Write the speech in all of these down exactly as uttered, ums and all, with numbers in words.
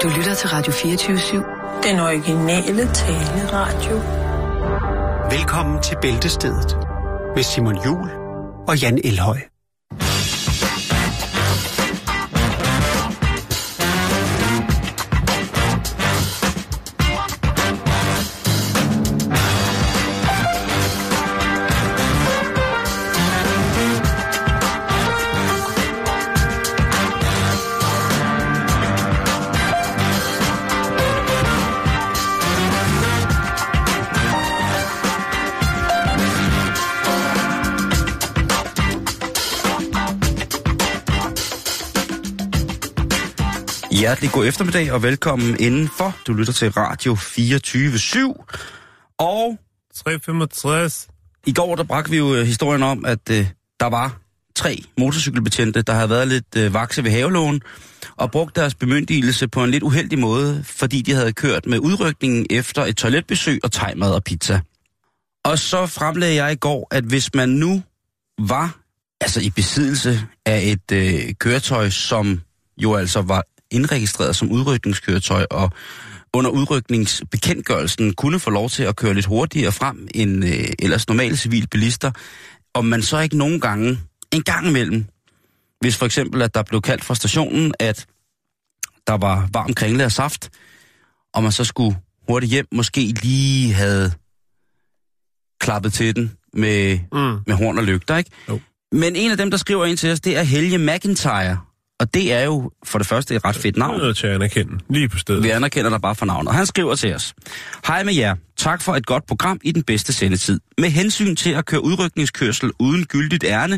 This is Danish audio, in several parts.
Du lytter til Radio fireogtyve syv. Den originale taleradio. Velkommen til Bæltestedet med Simon Juhl og Jan Elhøj. Hjertelig god eftermiddag og velkommen indenfor. Du lytter til Radio fireogtyve syv. Og tre femogtres. I går der bragte vi jo historien om, at øh, der var tre motorcykelbetjente, der havde været lidt øh, vakse ved havelågen og brugt deres bemyndigelse på en lidt uheldig måde, fordi de havde kørt med udrykningen efter et toiletbesøg og thai-mad og pizza. Og så fremlagde jeg i går, at hvis man nu var altså i besiddelse af et øh, køretøj, som jo altså var indregistreret som udrykningskøretøj, og under udrykningsbekendtgørelsen kunne få lov til at køre lidt hurtigere frem end øh, ellers normale civile bilister, og man så ikke nogen gange, en gang imellem, hvis for eksempel, at der blev kaldt fra stationen, at der var varm kringle og saft, og man så skulle hurtigt hjem, måske lige havde klappet til den med, mm. med horn og lygter, ikke? Jo. Men en af dem, der skriver ind til os, det er Helge McIntyre. Og det er jo for det første et ret fedt navn. Det er nødt til at anerkende. Lige på stedet. Vi anerkender dig bare for navnet. Han skriver til os: Hej med jer. Tak for et godt program i den bedste sendetid. Med hensyn til at køre udrykningskørsel uden gyldigt ærne.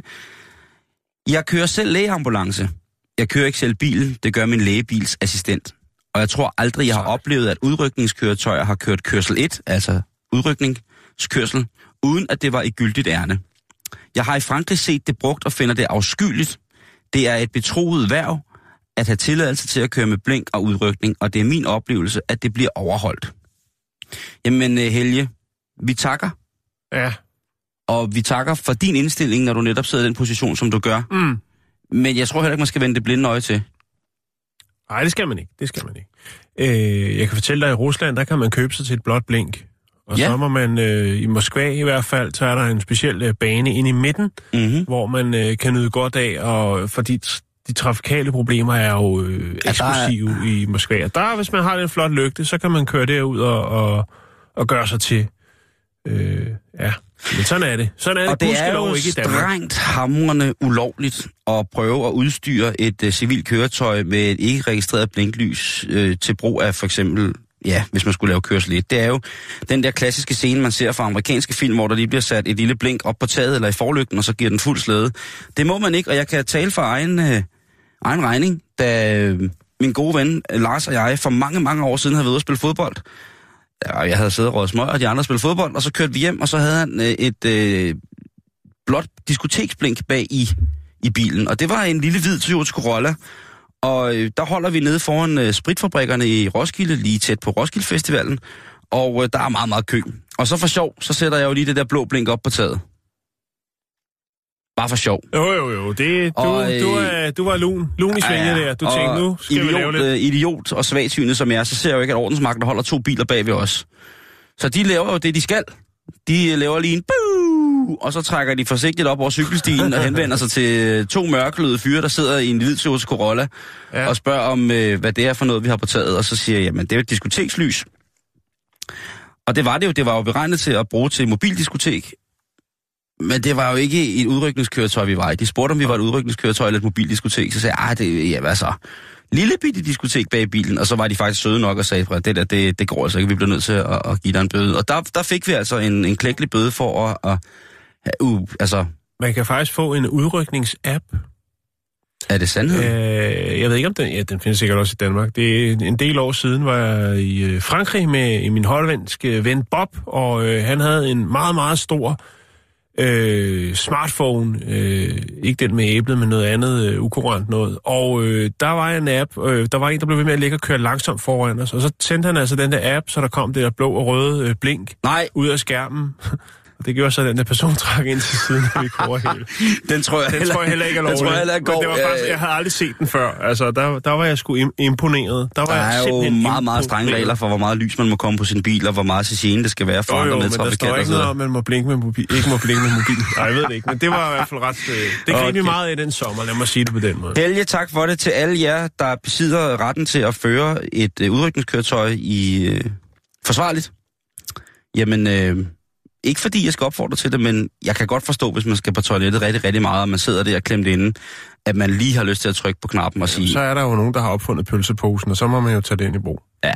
Jeg kører selv lægeambulance. Jeg kører ikke selv bilen. Det gør min lægebils assistent. Og jeg tror aldrig, jeg har oplevet, at udrykningskøretøjer har kørt kørsel et, altså udrykningskørsel, uden at det var i gyldigt ærne. Jeg har i Frankrig set det brugt og finder det afskyeligt. Det er et betroet hverv at have tilladelse til at køre med blink og udrykning, og det er min oplevelse, at det bliver overholdt. Jamen Helge, vi takker. Ja. Og vi takker for din indstilling, når du netop sidder i den position, som du gør. Mm. Men jeg tror heller ikke, man skal vende det blinde øje til. Nej, det skal man ikke. Det skal man ikke. Øh, jeg kan fortælle dig, at i Rusland, der kan man købe sig til et blåt blink. Og ja. Så må man, øh, i Moskva i hvert fald, så er der en speciel øh, bane inde i midten, mm-hmm. hvor man øh, kan nyde godt af, og fordi de trafikale problemer er jo øh, eksklusive ja, er... i Moskva. Og der, hvis man har en flot lygte, så kan man køre derud og, og, og gøre sig til. Øh, ja, men sådan er det. Sådan er og det, det er jo ikke i Danmark. strengt hamrende ulovligt at prøve at udstyre et øh, civilt køretøj med et ikke registreret blinklys øh, til brug af for eksempel... Ja, hvis man skulle lave kørsel lidt. Det er jo den der klassiske scene, man ser fra amerikanske film, hvor der lige bliver sat et lille blink op på taget eller i forlygten, og så giver den fuld slæde. Det må man ikke, og jeg kan tale for egen, øh, egen regning, da øh, min gode ven Lars og jeg for mange, mange år siden havde været ude at spille fodbold. Ja, jeg havde siddet og røget smøg, og de andre spillede fodbold, og så kørte vi hjem, og så havde han øh, et øh, blåt diskoteksblink bag i, i bilen. Og det var en lille hvid Toyota Corolla. Og øh, der holder vi nede foran øh, spritfabrikkerne i Roskilde, lige tæt på Roskilde Festivalen. Og øh, der er meget, meget kø. Og så for sjov, så sætter jeg jo lige det der blå blink op på taget. Bare for sjov. Jo, jo, jo. Det, du, og, øh, du, er, du var lun. Lun i svinget ja, der. Du tænkte, nu skal idiot, vi lave lidt. Øh, idiot og svagsynet som jeg er, så ser jeg jo ikke, at ordensmagten holder to biler bag ved os. Så de laver jo det, de skal. De laver lige en boo, og så trækker de forsigtigt op over cykelstien og henvender sig til to mørkløde fyre, der sidder i en hvid Toyota Corolla, ja. Og spørger om, øh, hvad det er for noget, vi har på taget. Og så siger jeg, jamen det er jo et diskotekslys. Og det var det jo. Det var jo beregnet til at bruge til mobildiskotek. Men det var jo ikke et udrykningskøretøj, vi var i. De spurgte, om vi var et udrykningskøretøj eller et mobildiskotek. Så sagde jeg, ah, det ja, hvad så? Lille bitte diskotek bag bilen, og så var de faktisk søde nok og sagde, at det der, det, det går altså ikke, vi bliver nødt til at, at give dig en bøde. Og der, der fik vi altså en, en klækkelig bøde for at, at uh, altså... Man kan faktisk få en udrykningsapp. Er det sandhed? Øh, jeg ved ikke om den, ja, den findes sikkert også i Danmark. Det er en del år siden, var jeg i Frankrig med min hollandske ven Bob, og øh, han havde en meget, meget stor øh, smartphone, øh, ikke den med æblet, men noget andet øh, ukurant noget. Og øh, der var en app, øh, der var en, der blev ved med at ligge og køre langsomt foran os, og så tændte han altså den der app, så der kom det der blå og røde øh, blink Nej. ud af skærmen. Og det gjorde så, at den der person trak ind til siden af mit koverhæle. Den tror jeg, den heller, tror jeg heller ikke er lovlig. Den tror jeg heller ikke går. Det var faktisk, jeg havde aldrig set den før. Altså, der, der var jeg sgu imponeret. Der, var der jeg er jo meget, meget strenge regler for, hvor meget lys man må komme på sin bil, og hvor meget sirene det skal være for andre med trafikanter. Men der står ikke noget om, man må blinke med mobil. Ikke må blinke med mobil. Nej, jeg ved det ikke. Men det var i hvert fald ret... Øh, det greb okay. vi meget i den sommer, lad mig sige det på den måde. Helge, tak for det til alle jer, der besidder retten til at føre et øh, udrykningskøretøj i øh, forsvarligt. Jamen, øh, ikke fordi jeg skal opfordre til det, men jeg kan godt forstå, hvis man skal på toilettet rigtig, rigtig meget, og man sidder der klemt inde, at man lige har lyst til at trykke på knappen og sige... Jamen, så er der jo nogen, der har opfundet pølseposen, og så må man jo tage den i brug. Ja.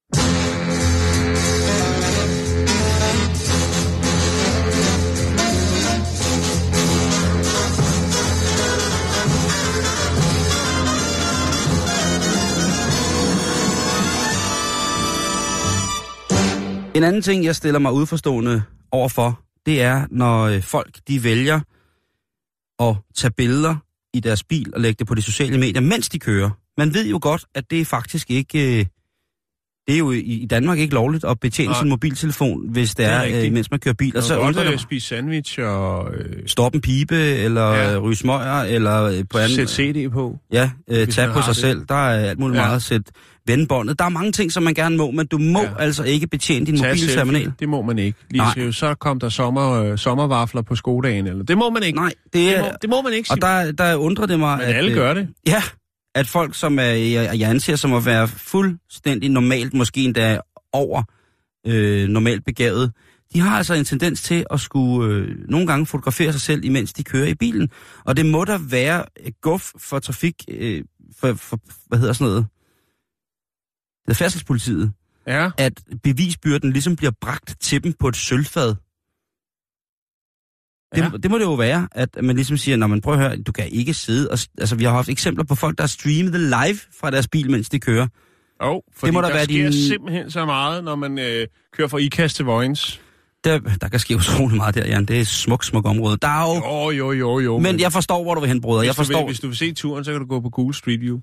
En anden ting, jeg stiller mig udforstående overfor, det er, når folk de vælger at tage billeder i deres bil og lægge det på de sociale medier, mens de kører. Man ved jo godt, at det er faktisk ikke... Det er jo i Danmark ikke lovligt at betjene Nej. sin mobiltelefon, hvis det, det er, er mens man kører bil. Og så undrer det at spise sandwich og... Øh... Stoppe en pibe, eller ja. ryge smøger, eller på anden... Sæt C D på. Ja, øh, tage på sig det. selv. Der er alt muligt ja. meget at sætte vendebåndet. Der er mange ting, som man gerne må, men du må ja. altså ikke betjene din mobilterminal. Det må man ikke. Lige så kom der sommer, øh, sommervafler på Skodagen, eller... Det må man ikke. Nej, det, det, må, det må man ikke. Og der, der undrer det mig, men at... alle øh, gør det. Ja, at folk, som er, jeg anser som at være fuldstændig normalt, måske endda over øh, normalt begavet, de har altså en tendens til at skulle øh, nogle gange fotografere sig selv, imens de kører i bilen. Og det må der være guf for trafik, øh, for, for, hvad hedder sådan noget, det er færdselspolitiet, ja. at bevisbyrden ligesom bliver bragt til dem på et sølvfad. Det, ja. det må det jo være, at man ligesom siger, når man prøver at høre, du kan ikke sidde og... Altså, vi har haft eksempler på folk, der har streamet live fra deres bil, mens de kører. Jo, oh, fordi det må der, der være sker din... simpelthen så meget, når man øh, kører fra Ikast til Vojens. Der, der kan ske utrolig meget der, Jan. Det er et smukt, smukt område. Der er jo... Jo, jo, jo, jo. Men, men jeg forstår, hvor du vil hen, brødre. Jeg forstår... Vil, hvis du vil se turen, så kan du gå på Google Street View.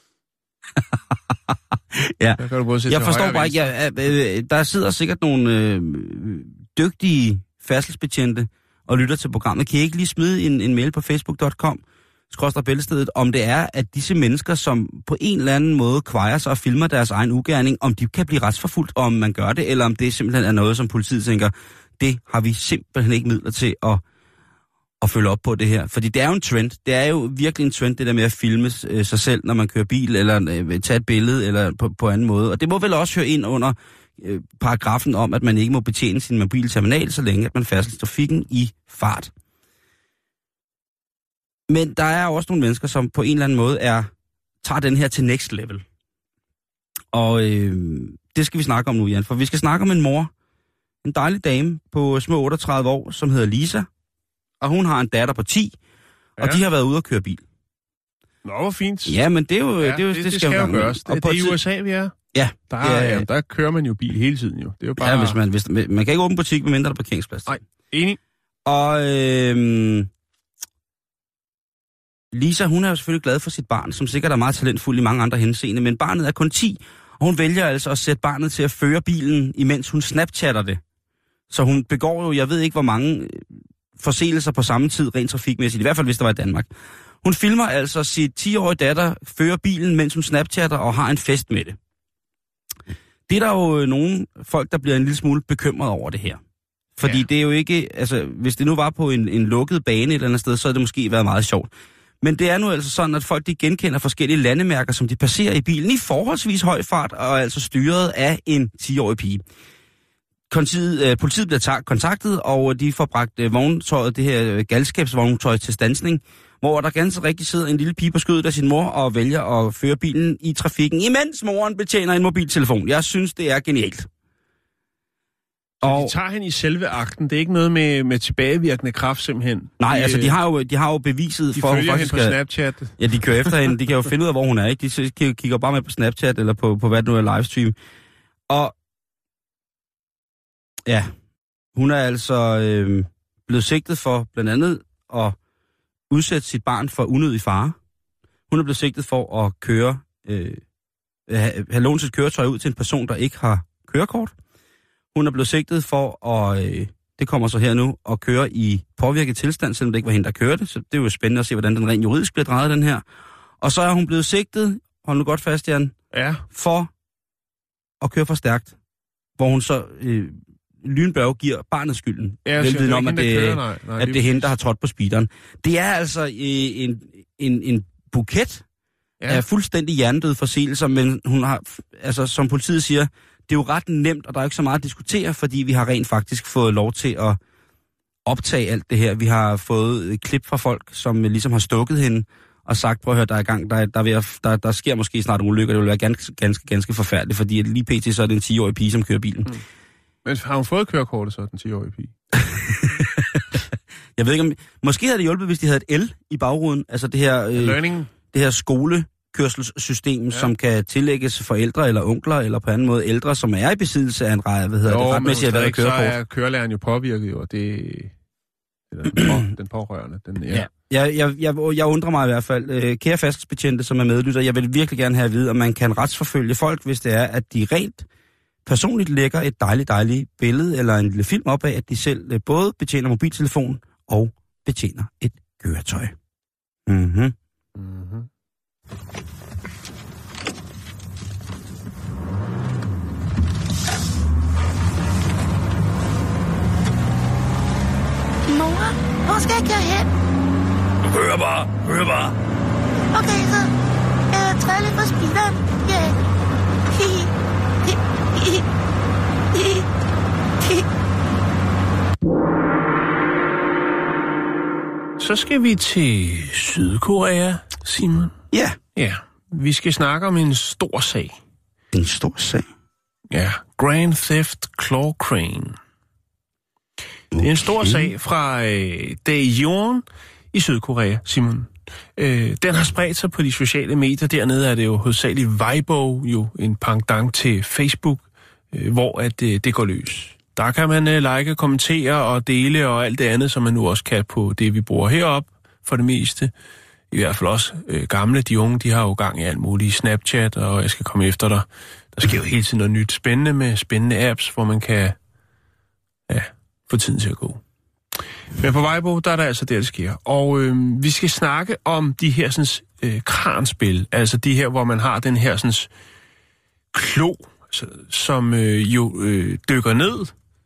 ja, jeg forstår bare ikke... Ja, øh, der sidder sikkert nogle øh, dygtige færdselsbetjente og lytter til programmet. Kan I ikke lige smide en, en mail på facebook punktum com skråstreg bæltestedet, om det er, at disse mennesker, som på en eller anden måde kvejer sig og filmer deres egen ugerning, om de kan blive retsforfulgt, om man gør det, eller om det simpelthen er noget, som politiet tænker, det har vi simpelthen ikke midler til at, at følge op på det her. Fordi det er jo en trend. Det er jo virkelig en trend, det der med at filme øh, sig selv, når man kører bil, eller øh, tage et billede, eller på, på anden måde. Og det må vel også høre ind under øh, paragrafen om, at man ikke må betjene sin mobilterminal, så længe at man færdsels trafikken i fart. Men der er også nogle mennesker, som på en eller anden måde er tager den her til next level. Og øh, det skal vi snakke om nu, Jan. For vi skal snakke om en mor, en dejlig dame på små otteogtredive år, som hedder Lisa. Og hun har en datter på ti, ja. Og de har været ude at køre bil. Nå, hvor fint. Ja, men det er jo... Ja, det, er jo, det, det, det skal, skal jo gøres. Det, det er i U S A, vi er. Ja. Der, er, ja, der kører man jo bil hele tiden, jo. Det er jo bare... Ja, hvis man, hvis, man kan ikke åbne butik, medmindre der er parkeringsplads. Nej, enig. Og øh, Lisa, hun er jo selvfølgelig glad for sit barn, som sikkert er meget talentfuld i mange andre henseende, men barnet er kun ti, og hun vælger altså at sætte barnet til at føre bilen, imens hun snapchatter det. Så hun begår jo, jeg ved ikke hvor mange forseelser på samme tid, rent trafikmæssigt, i hvert fald hvis det var i Danmark. Hun filmer altså sit ti-årige datter føre bilen, mens hun snapchatter og har en fest med det. Det er der jo nogle folk, der bliver en lille smule bekymret over det her. Fordi ja. det er jo ikke, altså hvis det nu var på en, en lukket bane et eller andet sted, så havde det måske været meget sjovt. Men det er nu altså sådan, at folk de genkender forskellige landemærker, som de passerer i bilen i forholdsvis høj fart, og altså styret af en ti-årig pige. Politiet, øh, politiet bliver kontaktet, og de får bragt øh, vogntøjet, det her øh, galskabsvogntøj til standsning, hvor der ganske rigtig sidder en lille pige på skødet af sin mor og vælger at føre bilen i trafikken, imens moren betjener en mobiltelefon. Jeg synes, det er genialt. Og de tager hende i selve akten. Det er ikke noget med, med tilbagevirkende kraft, simpelthen. Nej, de, altså de har jo, de har jo beviset de for... De følger hende på skal, Snapchat. Ja, de kører efter hende. De kan jo finde ud af, hvor hun er, ikke? De kigger bare med på Snapchat eller på, på hvad det nu er, livestream. Og ja, hun er altså øh, blevet sigtet for blandt andet at udsætte sit barn for unødig fare. Hun er blevet sigtet for at køre, øh, have lånt sit køretøj ud til en person, der ikke har kørekort. Hun er blevet sigtet for at øh, det kommer så her nu, og kører i påvirket tilstand, selvom det ikke var hende, der kørte. Så det er jo spændende at se, hvordan den rent juridisk bliver drejet, den her. Og så er hun blevet sigtet, hold nu godt fast, Jan, ja. for at køre for stærkt. Hvor hun så øh, lynbørge giver barnet skylden. Ja, velviden om, hende, at, det, kører, nej, nej, at det er hende, der har trådt på speederen. Det er altså øh, en, en, en buket ja. af fuldstændig hjernedøde forseelser, men hun har, altså som politiet siger, det er jo ret nemt, og der er ikke så meget at diskutere, fordi vi har rent faktisk fået lov til at optage alt det her. Vi har fået et klip fra folk, som ligesom har stukket hende og sagt, prøv at høre, der er i gang, der, der, der, der, der sker måske snart en ulykke, og det vil være ganske, ganske, ganske forfærdeligt, fordi lige pt. Så er det en ti-årig pige, som kører bilen. Mm. Men har hun fået kørekortet så, den ti-årige pige? Jeg ved ikke om... Måske havde det hjulpet, hvis de havde et L i bagruden, altså det her... Øh, Learning. Det her skolekørselssystem, ja. Som kan tillægges forældre eller onkler, eller på anden måde ældre, som er i besiddelse af en rej, hvad hedder jo, det, retmæssigt at være kørekort. Så er kørelæreren jo påvirket, jo, og det... det den, den pårørende, den... Ja. ja. Jeg, jeg, jeg, jeg undrer mig i hvert fald. Kære færdselsbetjente, som er medlytter, jeg vil virkelig gerne have at vide, om man kan retsforfølge folk, hvis det er, at de rent personligt lægger et dejligt, dejligt billede eller en lille film op af, at de selv både betjener mobiltelefon og betjener et køretøj. Mhm. Mhm. Mor, hvor skal jeg køre hen? Hør bare, hør bare. Okay, så jeg træder lidt på speederen. Ja. Så skal vi til Sydkorea, Simon. Ja. Ja, vi skal snakke om en stor sag. En stor sag? Ja, Grand Theft Claw Crane. Det er en stor sag fra øh, Daejeon i Sydkorea, Simon. Øh, den har spredt sig på de sociale medier. Dernede er det jo hovedsageligt Weibo, jo en pendant til Facebook, øh, hvor at, øh, det går løs. Der kan man øh, like, kommentere og dele og alt det andet, som man nu også kan på det, vi bruger heroppe for det meste. I hvert fald også øh, gamle, de unge, de har jo gang i alt muligt Snapchat, og jeg skal komme efter dig. Der sker jo hele tiden noget nyt spændende med spændende apps, hvor man kan ja, få tiden til at gå. Men på Weibo, der er der altså det, der sker. Og øh, vi skal snakke om de her sådan, øh, kranspil, altså de her, hvor man har den her sådan, klo, altså, som øh, jo øh, dykker ned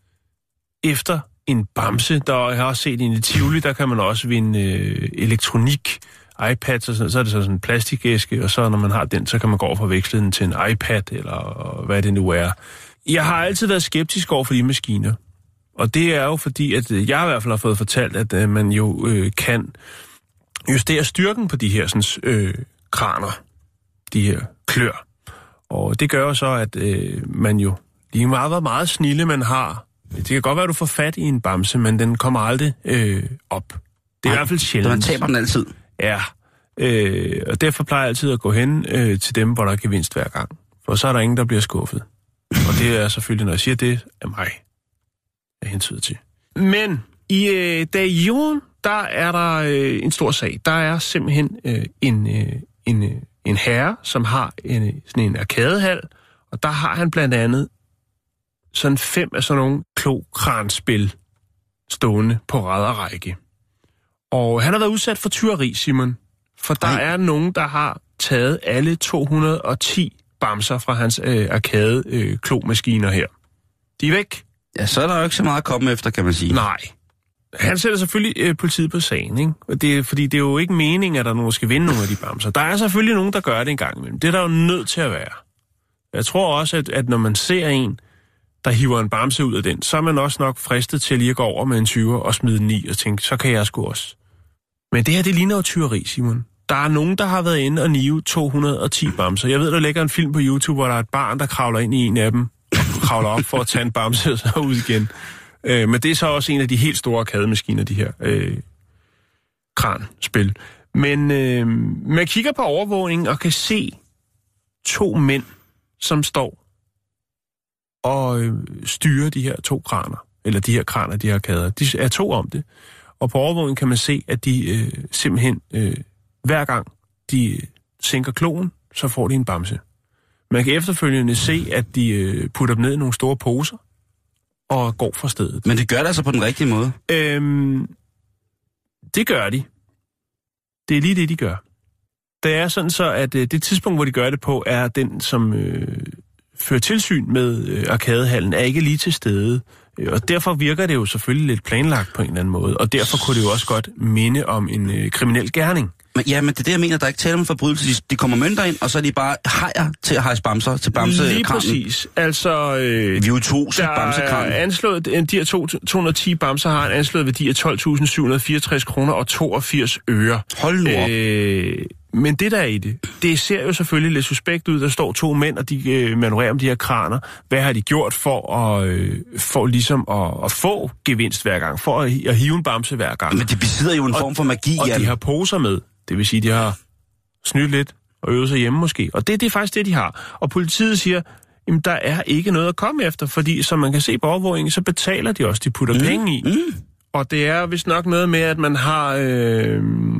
efter en bamse. Der jeg har også set i Tivoli, der kan man også vinde øh, elektronik, iPads og sådan, så er det så sådan en plastikæske, og så når man har den, så kan man gå over fra veksle den til en iPad, eller hvad det nu er. Jeg har altid været skeptisk over for de maskiner. Og det er jo fordi, at jeg i hvert fald har fået fortalt, at øh, man jo øh, kan justere styrken på de her sådan, øh, kraner, de her klør. Og det gør jo så, at øh, man jo lige meget, hvor meget snille man har. Det kan godt være, at du får fat i en bamse, men den kommer aldrig øh, op. Det er Ej, i hvert fald sjældent. Man taber den altid. Ja, øh, og derfor plejer jeg altid at gå hen øh, til dem, hvor der er gevinst hver gang. For så er der ingen, der bliver skuffet. Og det er selvfølgelig, når jeg siger det, er mig. Jeg hentyder til. Men i øh, Daejeon, der er der øh, en stor sag. Der er simpelthen øh, en, øh, en, øh, en herre, som har en, sådan en arkadehal, og der har han blandt andet sådan fem af sådan nogle klokranspil stående på rad og række. Og han har været udsat for tyveri, Simon. For der Ej. er nogen, der har taget alle to hundrede og ti bamser fra hans øh, arkade øh, klomaskiner her. De er væk. Ja, så er der jo ikke så meget at komme efter, kan man sige. Nej. Han sætter selvfølgelig øh, politiet på sagen, ikke? Det er, fordi det er jo ikke meningen, at der er nogen, der skal vinde nogle af de bamser. Der er selvfølgelig nogen, der gør det en gang imellem. Det er der jo nødt til at være. Jeg tror også, at, at når man ser en, der hiver en bamse ud af den, så er man også nok fristet til lige at gå over med en tyver og smide den i og tænke, så kan jeg sgu også. Men det her, det ligner jo tyveri, Simon. Der er nogen, der har været inde og nive to hundrede og ti bamser. Jeg ved, der ligger en film på YouTube, hvor der er et barn, der kravler ind i en af dem, kravler op for at tage en bamse og så ud igen. Øh, men det er så også en af de helt store arkademaskiner, de her øh, kranspil. Men øh, man kigger på overvågningen og kan se to mænd, som står og øh, styrer de her to kraner. Eller de her kraner, de her arkader. De er to om det. Og på overvågningen kan man se, at de øh, simpelthen øh, hver gang de sænker kloen, så får de en bamse. Man kan efterfølgende se, at de øh, putter dem ned i nogle store poser, og går fra stedet. Men det gør det altså på den rigtige måde? Øhm, det gør de. Det er lige det, de gør. Det er sådan så, at øh, det tidspunkt, hvor de gør det på, er den, som øh, fører tilsyn med øh, Arkadehallen, er ikke lige til stede. Og derfor virker det jo selvfølgelig lidt planlagt på en eller anden måde. Og derfor kunne det jo også godt minde om en øh, kriminel gerning. Men, ja, men det er det, jeg mener, der er ikke tale om forbrydelse. De, de kommer mønter ind, og så er de bare hejer til at hejse bamser til bamsekranen. Lige præcis. Altså, øh, vi er jo to til bamsekranen. Der er anslået, de her to, to hundrede og ti bamser har en anslået værdi af tolv tusind syv hundrede og fireogtres kroner og toogfirs øre. Hold nu op. Øh, men det der er i det, det ser jo selvfølgelig lidt suspekt ud. Der står to mænd, og de øh, manøvrerer om de her kraner. Hvad har de gjort for at, øh, for ligesom at, at få gevinst hver gang? For at, at hive en bamse hver gang? Men de besidder jo en og, form for magi. Og Jan. de har poser med. Det vil sige, de har snydt lidt og øvet sig hjemme måske. Og det, det er faktisk det, de har. Og politiet siger, jamen der er ikke noget at komme efter, fordi som man kan se på overvågningen, så betaler de også, de putter mm. penge i. Mm. Og det er vist nok noget med, at man har... Øh,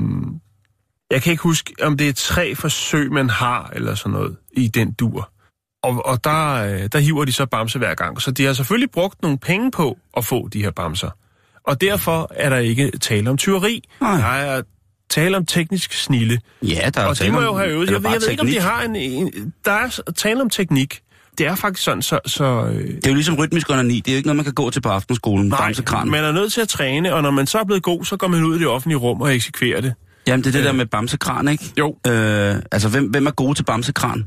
jeg kan ikke huske, om det er tre forsøg, man har, eller sådan noget, i den dur. Og, og der, der hiver de så bamser hver gang. Så de har selvfølgelig brugt nogle penge på at få de her bamser. Og derfor er der ikke tale om tyveri. Nej. Der er tale om teknisk snilde. Ja, der er og de må jo have øvet. Jeg, jeg ved teknik. ikke, om de har en, en... Der er tale om teknik. Det er faktisk sådan, så... så øh... Det er jo ligesom rytmisk onani. Det er jo ikke noget, man kan gå til på aftenskolen. Nej, man er nødt til at træne, og når man så er blevet god, så går man ud i det offentlige rum og eksekverer det. Jamen, det er det øh... der med bamsekran, ikke? Jo. Øh, altså, hvem, hvem er gode til bamsekran?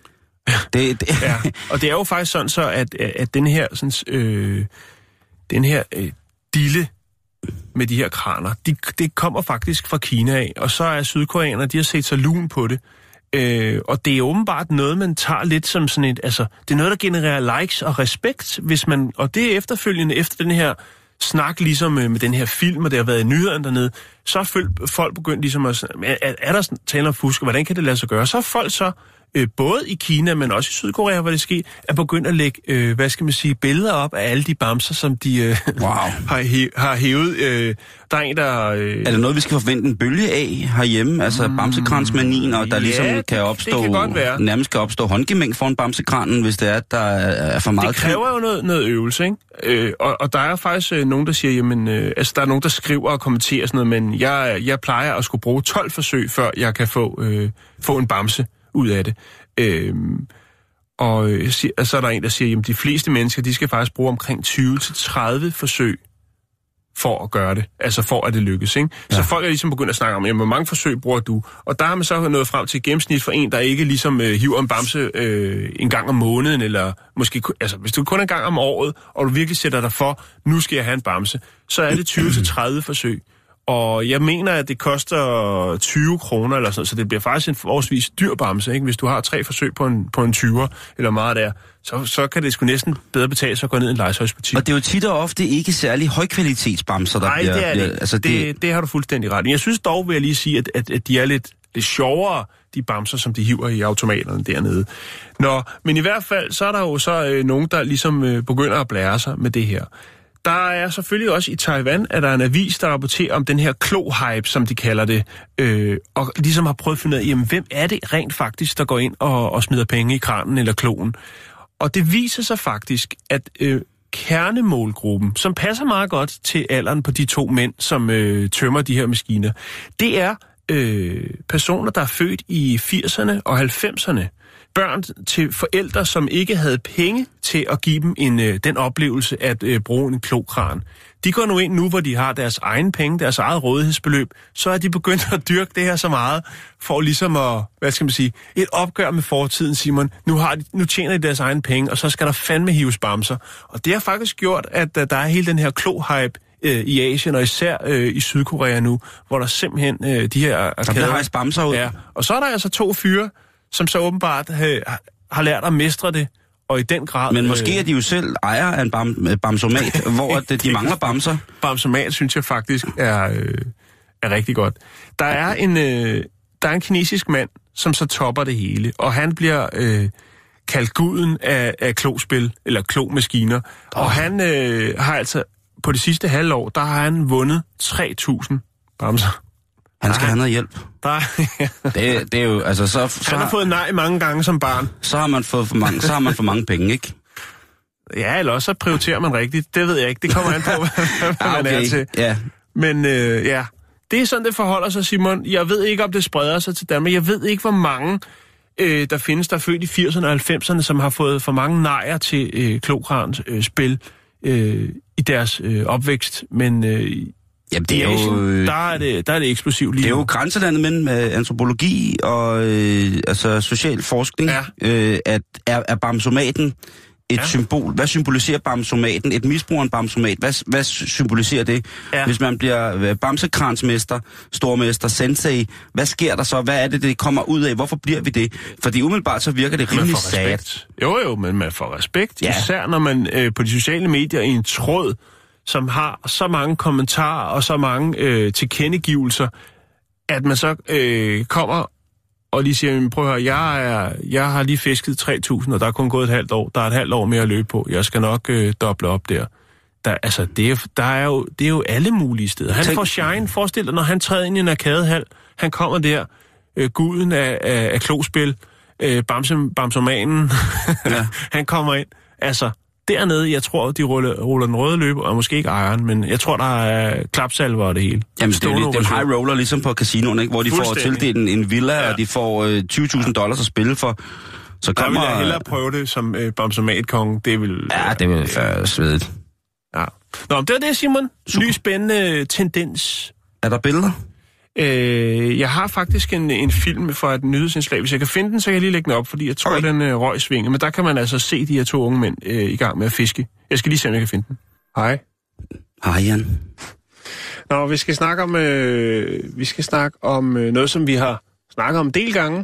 det, det... ja, og det er jo faktisk sådan så, at, at den her, sådan, øh, den her øh, dille med de her kraner, de, det kommer faktisk fra Kina af, og så er sydkoreanerne, de har set sig lun på det. Øh, og det er åbenbart noget, man tager lidt som sådan et, altså, det er noget, der genererer likes og respekt, hvis man, og det er efterfølgende, efter den her snak, ligesom med, med den her film, og det har været i nyhederne dernede, så er folk begyndt ligesom at, er, er der tale om fusk, og hvordan kan det lade sig gøre? Så er folk så, øh, både i Kina, men også i Sydkorea, hvor det sker, er begyndt at lægge, øh, hvad skal man sige, billeder op af alle de bamser, som de øh, wow. har, he, har hævet. Øh, der er en, der... Øh, er det noget, vi skal forvente en bølge af herhjemme? Altså mm, bamsekransmanien, og der ja, ligesom kan det, opstå... Det kan være. Nærmest kan opstå håndgemæng foran bamsekranen, hvis det er, at der er for meget... Det kræver jo noget, noget øvelse, ikke? Øh, og, og der er faktisk øh, nogen, der siger, jamen... Øh, altså, der er nogen, der skriver og kommenterer sådan noget, men jeg, jeg plejer at skulle bruge tolv forsøg, før jeg kan få, øh, få en bamse ud af det. Øhm, og så er der en, der siger, at de fleste mennesker, de skal faktisk bruge omkring tyve til tredive forsøg for at gøre det. Altså for at det lykkes, ikke? Ja. Så folk er ligesom begyndt at snakke om, jamen, hvor mange forsøg bruger du? Og der har man så nået frem til et gennemsnit for en, der ikke ligesom øh, hiver en bamse øh, en gang om måneden, eller måske, altså hvis du kun er en gang om året, og du virkelig sætter dig for, nu skal jeg have en bamse, så er det tyve til tredive forsøg. Og jeg mener, at det koster tyve kroner eller sådan, så det bliver faktisk en forholdsvis dyr bamse, ikke? Hvis du har tre forsøg på en, på en tyver eller meget der, så, så kan det sgu næsten bedre betale sig at gå ned i en legetøjsbutik. Og det er jo tit og ofte ikke særlig højkvalitetsbamser, der Nej, bliver... det er det. Bliver, altså det... Det, det har du fuldstændig ret. Men jeg synes dog, vil jeg lige sige, at, at, at de er lidt, lidt sjovere, de bamser, som de hiver i automaterne dernede. Nå, men i hvert fald, så er der jo så øh, nogen, der ligesom øh, begynder at blære sig med det her. Der er selvfølgelig også i Taiwan, at der er en avis, der rapporterer om den her klo-hype, som de kalder det, øh, og ligesom har prøvet at finde ud af, jamen, hvem er det rent faktisk, der går ind og, og smider penge i kranen eller kloen. Og det viser sig faktisk, at øh, kernemålgruppen, som passer meget godt til alderen på de to mænd, som øh, tømmer de her maskiner, det er øh, personer, der er født i firserne og halvfemserne. Børn til forældre, som ikke havde penge til at give dem en, øh, den oplevelse at øh, bruge en klokran. De går nu ind nu, hvor de har deres egen penge, deres eget rådighedsbeløb, så er de begyndt at dyrke det her så meget, for ligesom at, hvad skal man sige, et opgør med fortiden, Simon. Nu, har de, nu tjener de deres egen penge, og så skal der fandme hives bamser. Og det har faktisk gjort, at uh, der er hele den her klo-hype øh, i Asien, og især øh, i Sydkorea nu, hvor der simpelthen øh, de her... Der bliver hejst bamser ud. Ja, og så er der altså to fyre, som så åbenbart øh, har lært at mestre det, og i den grad... Men måske er de jo selv ejer af en bam, bamsomat, hvor de, de mangler bamser. Bamsomat, synes jeg faktisk, er, øh, er rigtig godt. Der er, en, øh, der er en kinesisk mand, som så topper det hele, og han bliver øh, kaldt guden af, af klospil, eller klomaskiner. Oh. Og han øh, har altså, på det sidste halvår, der har han vundet tre tusind bamser. Han skal have noget hjælp. Der, det, det er jo, altså, så, så han har fået nej mange gange som barn. Så har man fået for mange, så har man for mange penge, ikke? Ja, eller også så prioriterer man rigtigt. Det ved jeg ikke. Det kommer an på, hvad man okay. er til. Ja. Men øh, ja, det er sådan, det forholder sig, Simon. Jeg ved ikke, om det spreder sig til Danmark. Jeg ved ikke, hvor mange øh, der findes, der er født i firserne og halvfemserne, som har fået for mange nejer til øh, klokrans øh, spil øh, i deres øh, opvækst. Men øh, Jamen, det er jo, der, er det, der er det eksplosivt lige Det er jo grænselandet mellem øh, antropologi og øh, altså social forskning. Ja. Øh, at er, er bamsomaten et ja. symbol? Hvad symboliserer bamsomaten? Et misbrug af en bamsomat. Hvad, hvad symboliserer det? Ja. Hvis man bliver bamsekransmester, stormester, sensei, hvad sker der så? Hvad er det, det kommer ud af? Hvorfor bliver vi det? Fordi umiddelbart så virker det rimelig sat. Jo jo, men man får respekt. Ja. Især når man øh, på de sociale medier i en tråd, som har så mange kommentarer og så mange øh, tilkendegivelser, at man så øh, kommer og lige siger, prøv at høre, jeg, er, jeg har lige fisket tre tusind, og der er kun gået et halvt år. Der er et halvt år mere at løbe på. Jeg skal nok øh, doble op der. Der, altså, det er, der er jo, det er jo alle mulige steder. Han får shine. Forestil dig, når han træder ind i en arkadehal, han kommer der, øh, guden af, af, af klospil, øh, bamse, bamsomanen, ja. Han kommer ind. Altså, dernede, jeg tror, de ruller, ruller den røde løber, og måske ikke ejeren, men jeg tror, der er klapsalver og det hele. Jamen, det er jo den high roller, ligesom på casinoen, ikke? Hvor de får tildelt en, en villa, ja. Og de får øh, tyve tusind dollars at spille for. Så kommer... Der vil jeg hellere prøve det som øh, bamsomatkonge. Det vil... Ja, det vil være svedigt. Ja. Nå, det var det, Simon. Super. Ny spændende tendens. Er der billeder? Øh, jeg har faktisk en, en film fra et nyhedsindslag. Hvis jeg kan finde den, så kan jeg lige lægge den op, fordi jeg tror, okay. den øh, røg svinge. Men der kan man altså se de her to unge mænd øh, i gang med at fiske. Jeg skal lige se, om jeg kan finde den. Hej. Hej, Jan. Nå, vi skal snakke om, øh, vi skal snakke om øh, noget, som vi har snakket om en del gange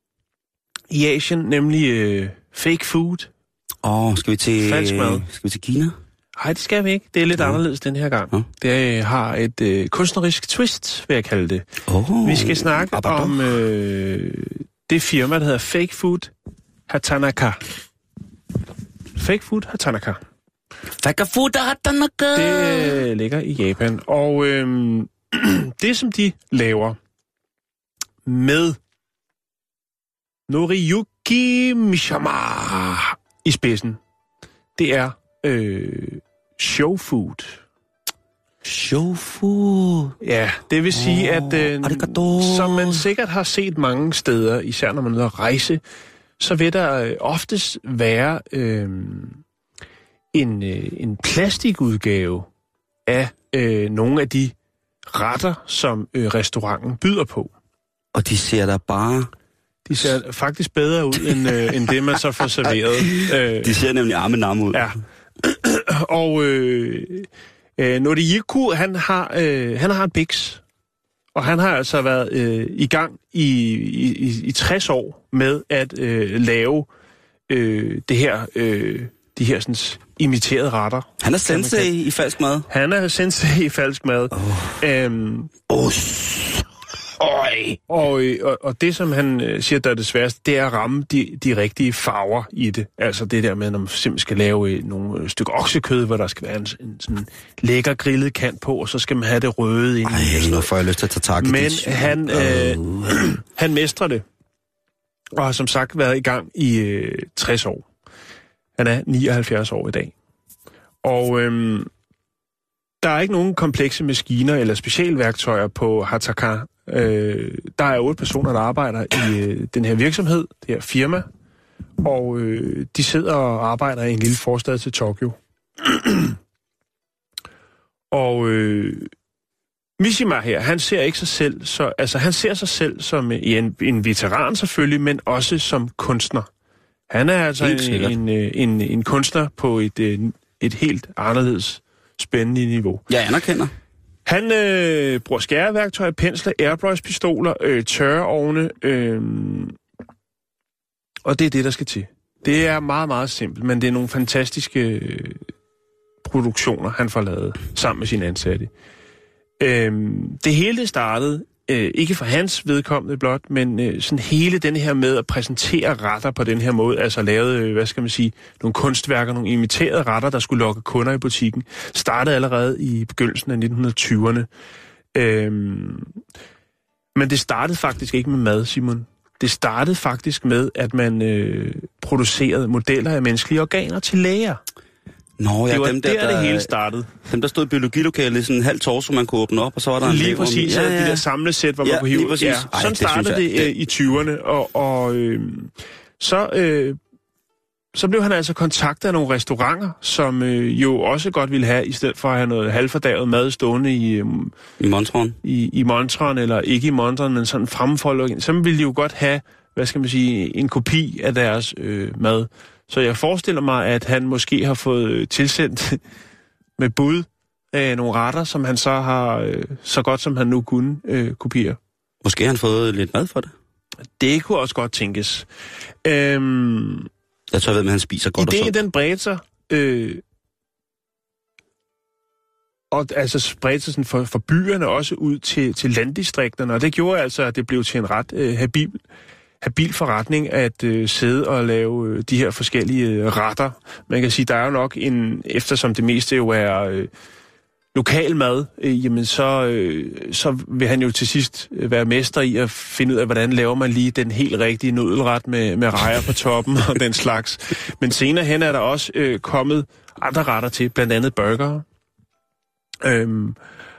i Asien, nemlig øh, fake food. Åh, oh, skal vi til... Falsk mad. Skal vi til Kina? Nej, det skal vi ikke. Det er lidt ja. anderledes den her gang. Ja. Det har et øh, kunstnerisk twist, vil jeg kalde det. Oh. Vi skal snakke Ababa. om øh, det firma, der hedder Fake Food Hatanaka. Fake Food Hatanaka. Fake Food Hatanaka. Det øh, ligger i Japan. Og øh, det, som de laver med Noriyuki Mishima i spidsen, det er øh, show food. Show food? Ja, det vil sige, oh, at øh, som man sikkert har set mange steder, især når man er ude at rejse, så vil der øh, oftest være øh, en, øh, en plastikudgave af øh, nogle af de retter, som øh, restauranten byder på. Og de ser der bare... De ser faktisk bedre ud, end, øh, end det, man så får serveret. Øh, de ser nemlig arme namme ud. Ja. Og øh, øh, Noriyuki, han har, øh, han har en biks. Og han har altså været øh, i gang i, i, i tres år med at øh, lave øh, det her, øh, de her sådan, imiterede retter. Han er sensei i falsk mad. Han er sensei i falsk mad. Oh. Øhm, oh. Og, og, og det, som han øh, siger, der er det sværeste, det er at ramme de, de rigtige farver i det. Altså det der med, når man simpelthen skal lave øh, nogle øh, stykker oksekød, hvor der skal være en, en sådan lækker grillet kant på, og så skal man have det røde ind. Ej, nu får jeg lyst til at tage tak i Men det. han, øh, uh. han mestrer det, og har som sagt været i gang i øh, tres år. Han er nioghalvfjerds år i dag. Og... Øh, der er ikke nogen komplekse maskiner eller specialværktøjer på Hataka. Øh, der er otte personer, der arbejder i øh, den her virksomhed, det her firma, og øh, de sidder og arbejder i en lille forstad til Tokyo. og øh, Mishima her, han ser ikke sig selv, så, altså han ser sig selv som en, en veteran selvfølgelig, men også som kunstner. Han er altså en, en, en, en kunstner på et, et helt anderledes spændende niveau. Jeg anerkender. Han øh, bruger skæreværktøjer, pensler, airbrush-pistoler, øh, tørreovne, øh, og det er det, der skal til. Det er meget, meget simpelt, men det er nogle fantastiske øh, produktioner, han får lavet sammen med sine ansatte. Øh, det hele det startede, øh, ikke for hans vedkommende blot, men øh, sådan hele den her med at præsentere retter på den her måde, altså lavet, øh, hvad skal man sige, nogle kunstværker, nogle imiterede retter, der skulle lokke kunder i butikken, startede allerede i begyndelsen af nitten tyverne. Øh, men det startede faktisk ikke med mad, Simon. Det startede faktisk med, at man øh, producerede modeller af menneskelige organer til læger. Nå ja, det var dem der, der, der, det hele startede. Dem, der stod i biologilokalet i sådan en halv torso, man kunne åbne op, og så var der en lige præcis, ja, ja. de der samlesæt, hvor ja, man kunne hive. Ja, Ej, sådan det startede det, det i tyverne, og, og øh, så, øh, så blev han altså kontaktet af nogle restauranter, som øh, jo også godt ville have, i stedet for at have noget halvfordavet mad stående i... Øh, I Montron. I, i Montron, eller ikke i Montron, men sådan fremfoldet. Så ville de jo godt have, hvad skal man sige, en kopi af deres øh, mad. Så jeg forestiller mig, at han måske har fået tilsendt med bud af nogle retter, som han så har, øh, så godt som han nu kunne, øh, kopiere. Måske har han fået lidt mad for det? Det kunne også godt tænkes. Øhm, jeg tror, jeg ved, at han spiser godt og sundt. Ideen, den bredte sig, øh, og altså spredte sig sådan for, for byerne også ud til, til landdistrikterne, og det gjorde altså, at det blev til en ret øh, habil habil forretning at øh, sidde og lave øh, de her forskellige øh, retter. Man kan sige, der er jo nok en, eftersom det meste jo er øh, lokal mad, øh, jamen så, øh, så vil han jo til sidst være mester i at finde ud af, hvordan laver man lige den helt rigtige nudelret med, med rejer på toppen og den slags. Men senere hen er der også øh, kommet andre retter til, blandt andet burger. Øhm,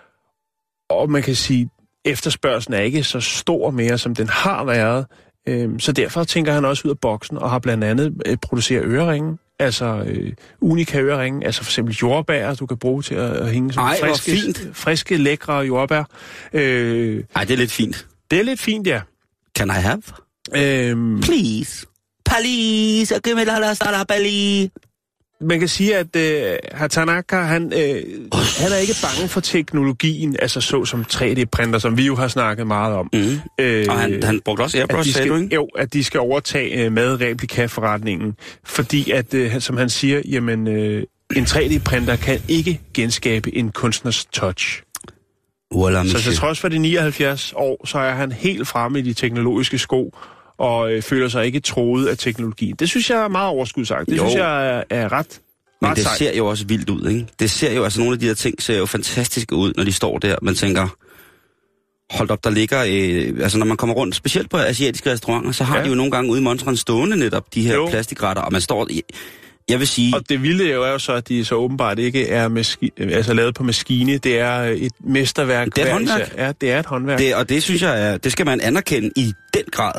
og man kan sige, efterspørgslen er ikke så stor mere, som den har været. Så derfor tænker han også ud af boksen og har blandt andet øh, produceret øreringe, altså øh, unika øreringe, altså for eksempel jordbær, du kan bruge til at, at hænge sådan Ej, friske, fint. friske, lækre jordbær. Øh, Ej, det er lidt fint. Det er lidt fint, ja. Can I have? Øhm, Please. Please, give me la la la Man kan sige, at øh, Hatanaka, han, øh, oh. han er ikke bange for teknologien, altså så som tre D-printer, som vi jo har snakket meget om. Mm. Øh, og han, han brugte også Airbrush, sagde du, ikke? Jo, at de skal overtage øh, madreplika-forretningen, fordi at, øh, som han siger, jamen, øh, en tre D-printer kan ikke genskabe en kunstners touch. Voilà, så til trods for de nioghalvfjerds år, så er han helt fremme i de teknologiske sko, og øh, føler sig ikke troet af teknologien. Det synes jeg er meget overskudsagt. Det jo. synes jeg er, er ret, Men ret det sejt. ser jo også vildt ud, ikke? Det ser jo, altså nogle af de her ting ser jo fantastiske ud, når de står der. Man tænker, hold op, der ligger, øh, altså når man kommer rundt, specielt på asiatiske restauranter, så har ja. de jo nogle gange ude i Montron stående netop de her jo. plastikretter, og man står... Jeg vil sige... Og det vilde jo er jo så, at de så åbenbart ikke er maski- altså lavet på maskine. Det er et mesterværk. Det er et håndværk. Ja, det er et håndværk. Det, og det synes jeg, er, det skal man anerkende i den grad.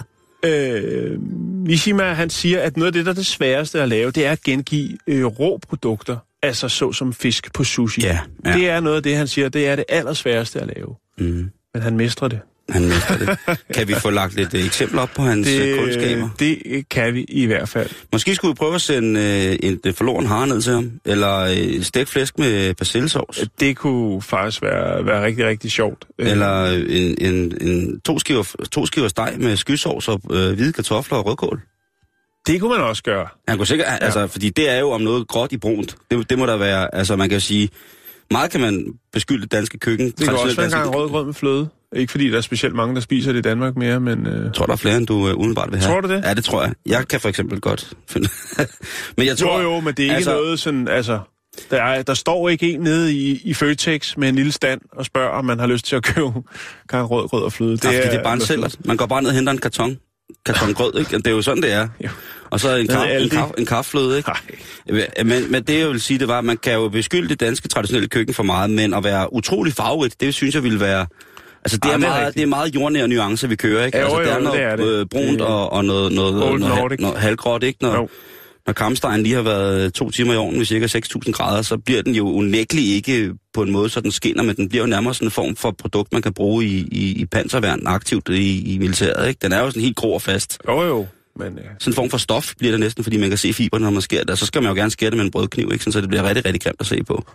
Øh, Mishima, han siger, at noget af det, der er det sværeste at lave, det er at gengive øh, rå produkter, altså så som fisk på sushi. Ja, ja. Det er noget af det, han siger, det er det allersværeste at lave. Mm. Men han mestrer det. Han mestrer det. Kan vi få lagt lidt uh, eksempler op på hans det, uh, kundskaber? Det kan vi i hvert fald. Måske skulle vi prøve at sende uh, en uh, forloren hare ned til ham, eller uh, stegt flæsk med persillesovs. Det kunne faktisk være, være rigtig, rigtig sjovt. Eller en, en, en to, skiver, to skiver steg med skysovs og uh, hvide kartofler og rødkål. Det kunne man også gøre. Han kunne sikkert, ja. altså, fordi det er jo om noget gråt i brunt. Det, det må der være, altså man kan sige, meget kan man beskylde det danske køkken. Det kan også være en gang rødgrød med fløde. Ikke fordi der er specielt mange, der spiser det i Danmark mere, men... Øh... Jeg tror, der er flere, end du uh, umiddelbart vil have. Tror du det? Ja, det tror jeg. Jeg kan for eksempel godt finde... men jeg tror... Jo, jo, men det er ikke altså... noget sådan, altså... Der, er, der står ikke en nede i, i Føtex med en lille stand og spørger, om man har lyst til at købe gang rødgrød og fløde. Det, ja, er, det er bare en sælger. Man går bare ned og henter en karton. Karton grød, ikke? Det er jo sådan, det er. Jo. Og så en, kaf, en, kaf, en kaffefløde, ikke? Men, men det jeg vil sige, det var, at man kan jo beskylde det danske traditionelle køkken for meget, men at være utrolig farverigt, det synes jeg ville være... Altså, det, ja, er, det, er, meget, det er meget jordnære nuancer, vi kører, ikke? Ja, altså, jo, det er noget det er det. Øh, brunt og, og noget, noget, noget, noget, noget halvgråt, ikke? Når, når kampstegen lige har været to timer i ovnen ved cirka seks tusind grader, så bliver den jo unægteligt ikke på en måde, så den skinner, men den bliver jo nærmere sådan en form for produkt, man kan bruge i, i, i panserværn aktivt i, i militæret, ikke? Den er jo sådan helt grå og fast. Jo, jo. Men, ja. Sådan en form for stof bliver det næsten, fordi man kan se fiberne, når man skærer det. Og så skal man jo gerne skære det med en brødkniv, ikke? Sådan, så det bliver rigtig, rigtig grimt at se på.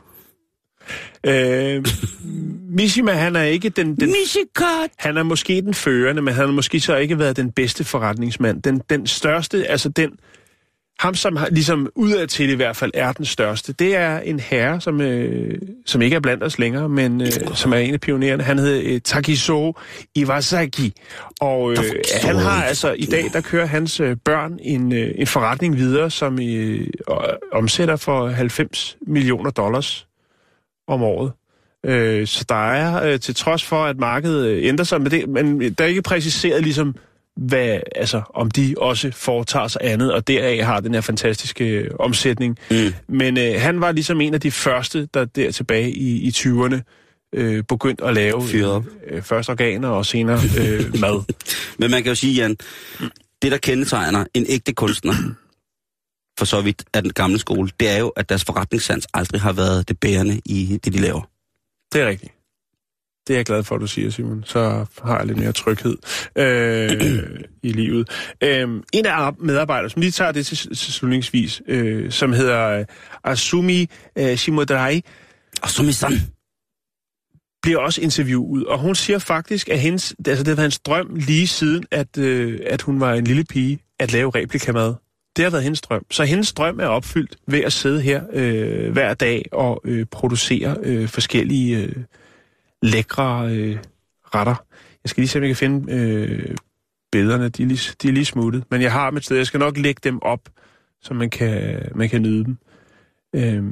Øh, Mishima, han er ikke den... den han er måske den førende, men han har måske så ikke været den bedste forretningsmand. Den, den største, altså den... Ham, som har, ligesom udadtil i hvert fald er den største, det er en herre, som, øh, som ikke er blandt os længere, men øh, som er en af pionererne. Han hedder øh, Takizo Iwasaki, og øh, han har altså, i dag, der kører hans øh, børn en, øh, en forretning videre, som øh, omsætter for halvfems millioner dollars om året. Øh, så der er, øh, til trods for, at markedet øh, ændrer sig, men, det, men der er ikke præciseret ligesom, hvad, altså, om de også foretager sig andet, og deraf har den her fantastiske øh, omsætning. Mm. Men øh, han var ligesom en af de første, der der tilbage i, i tyverne øh, begyndte at lave øh, først organer og senere øh, mad. Men man kan jo sige, Jan, det der kendetegner en ægte kunstner, for så vidt af den gamle skole, det er jo, at deres forretningssans aldrig har været det bærende i det, de laver. Det er rigtigt. Det er jeg glad for, at du siger, Simon. Så har jeg lidt mere tryghed øh, i livet. Øh, en af medarbejdere, som lige tager det til, til slutningsvis, øh, som hedder Asumi øh, Shimodai. Asumi-san. Bliver også interviewet, og hun siger faktisk, at hendes, altså det har været hendes drøm lige siden, at, øh, at hun var en lille pige, at lave replikamad. Det har været hendes drøm. Så hendes drøm er opfyldt ved at sidde her øh, hver dag og øh, producere øh, forskellige øh, lækre øh, retter. Jeg skal lige se, om jeg kan finde øh, billederne. De er, lige, de er lige smuttet. Men jeg har dem et sted. Jeg skal nok lægge dem op, så man kan, man kan nyde dem. Øh,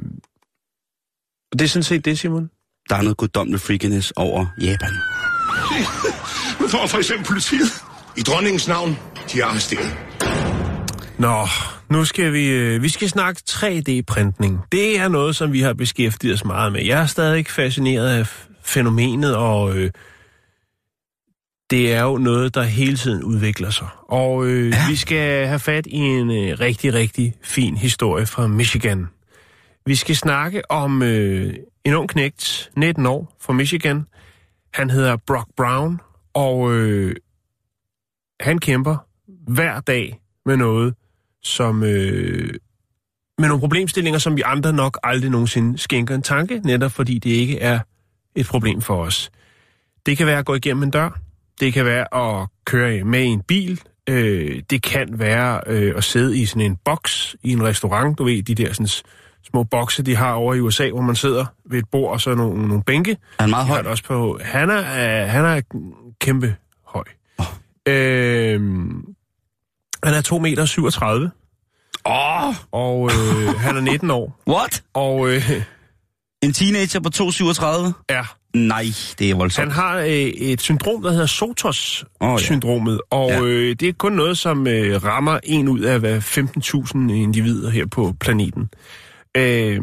og det er sådan set det, Simon. Der er noget guddommelig freakiness over Japan. Nu får for eksempel politiet. I dronningens navn, de er arresteret. Nå, nu skal vi, vi skal snakke tre D-printning. Det er noget, som vi har beskæftiget os meget med. Jeg er stadig fascineret af fænomenet, og øh, det er jo noget, der hele tiden udvikler sig. Og øh, ja. vi skal have fat i en øh, rigtig, rigtig fin historie fra Michigan. Vi skal snakke om øh, en ung knægt, nitten år, fra Michigan. Han hedder Brock Brown, og øh, han kæmper hver dag med noget, som øh, med nogle problemstillinger, som vi andre nok aldrig nogensinde skænker en tanke, netop fordi det ikke er et problem for os. Det kan være at gå igennem en dør, det kan være at køre med i en bil, øh, det kan være øh, at sidde i sådan en boks i en restaurant, du ved, de der sådan små bokse, de har over i U S A, hvor man sidder ved et bord og så nogle, nogle bænke. Han er meget høj. Også på, han, er, han er kæmpe høj. Oh. Øh, Han er to meter syvogtredive. Åh! Oh. Og øh, han er nitten år. What? Og øh, en teenager på to meter syvogtredive? Ja. Nej, det er voldsomt. Han har øh, et syndrom, der hedder Sotos-syndromet. Oh, ja. Og ja. øh, det er kun noget, som øh, rammer en ud af hver femten tusind individer her på planeten. Øh,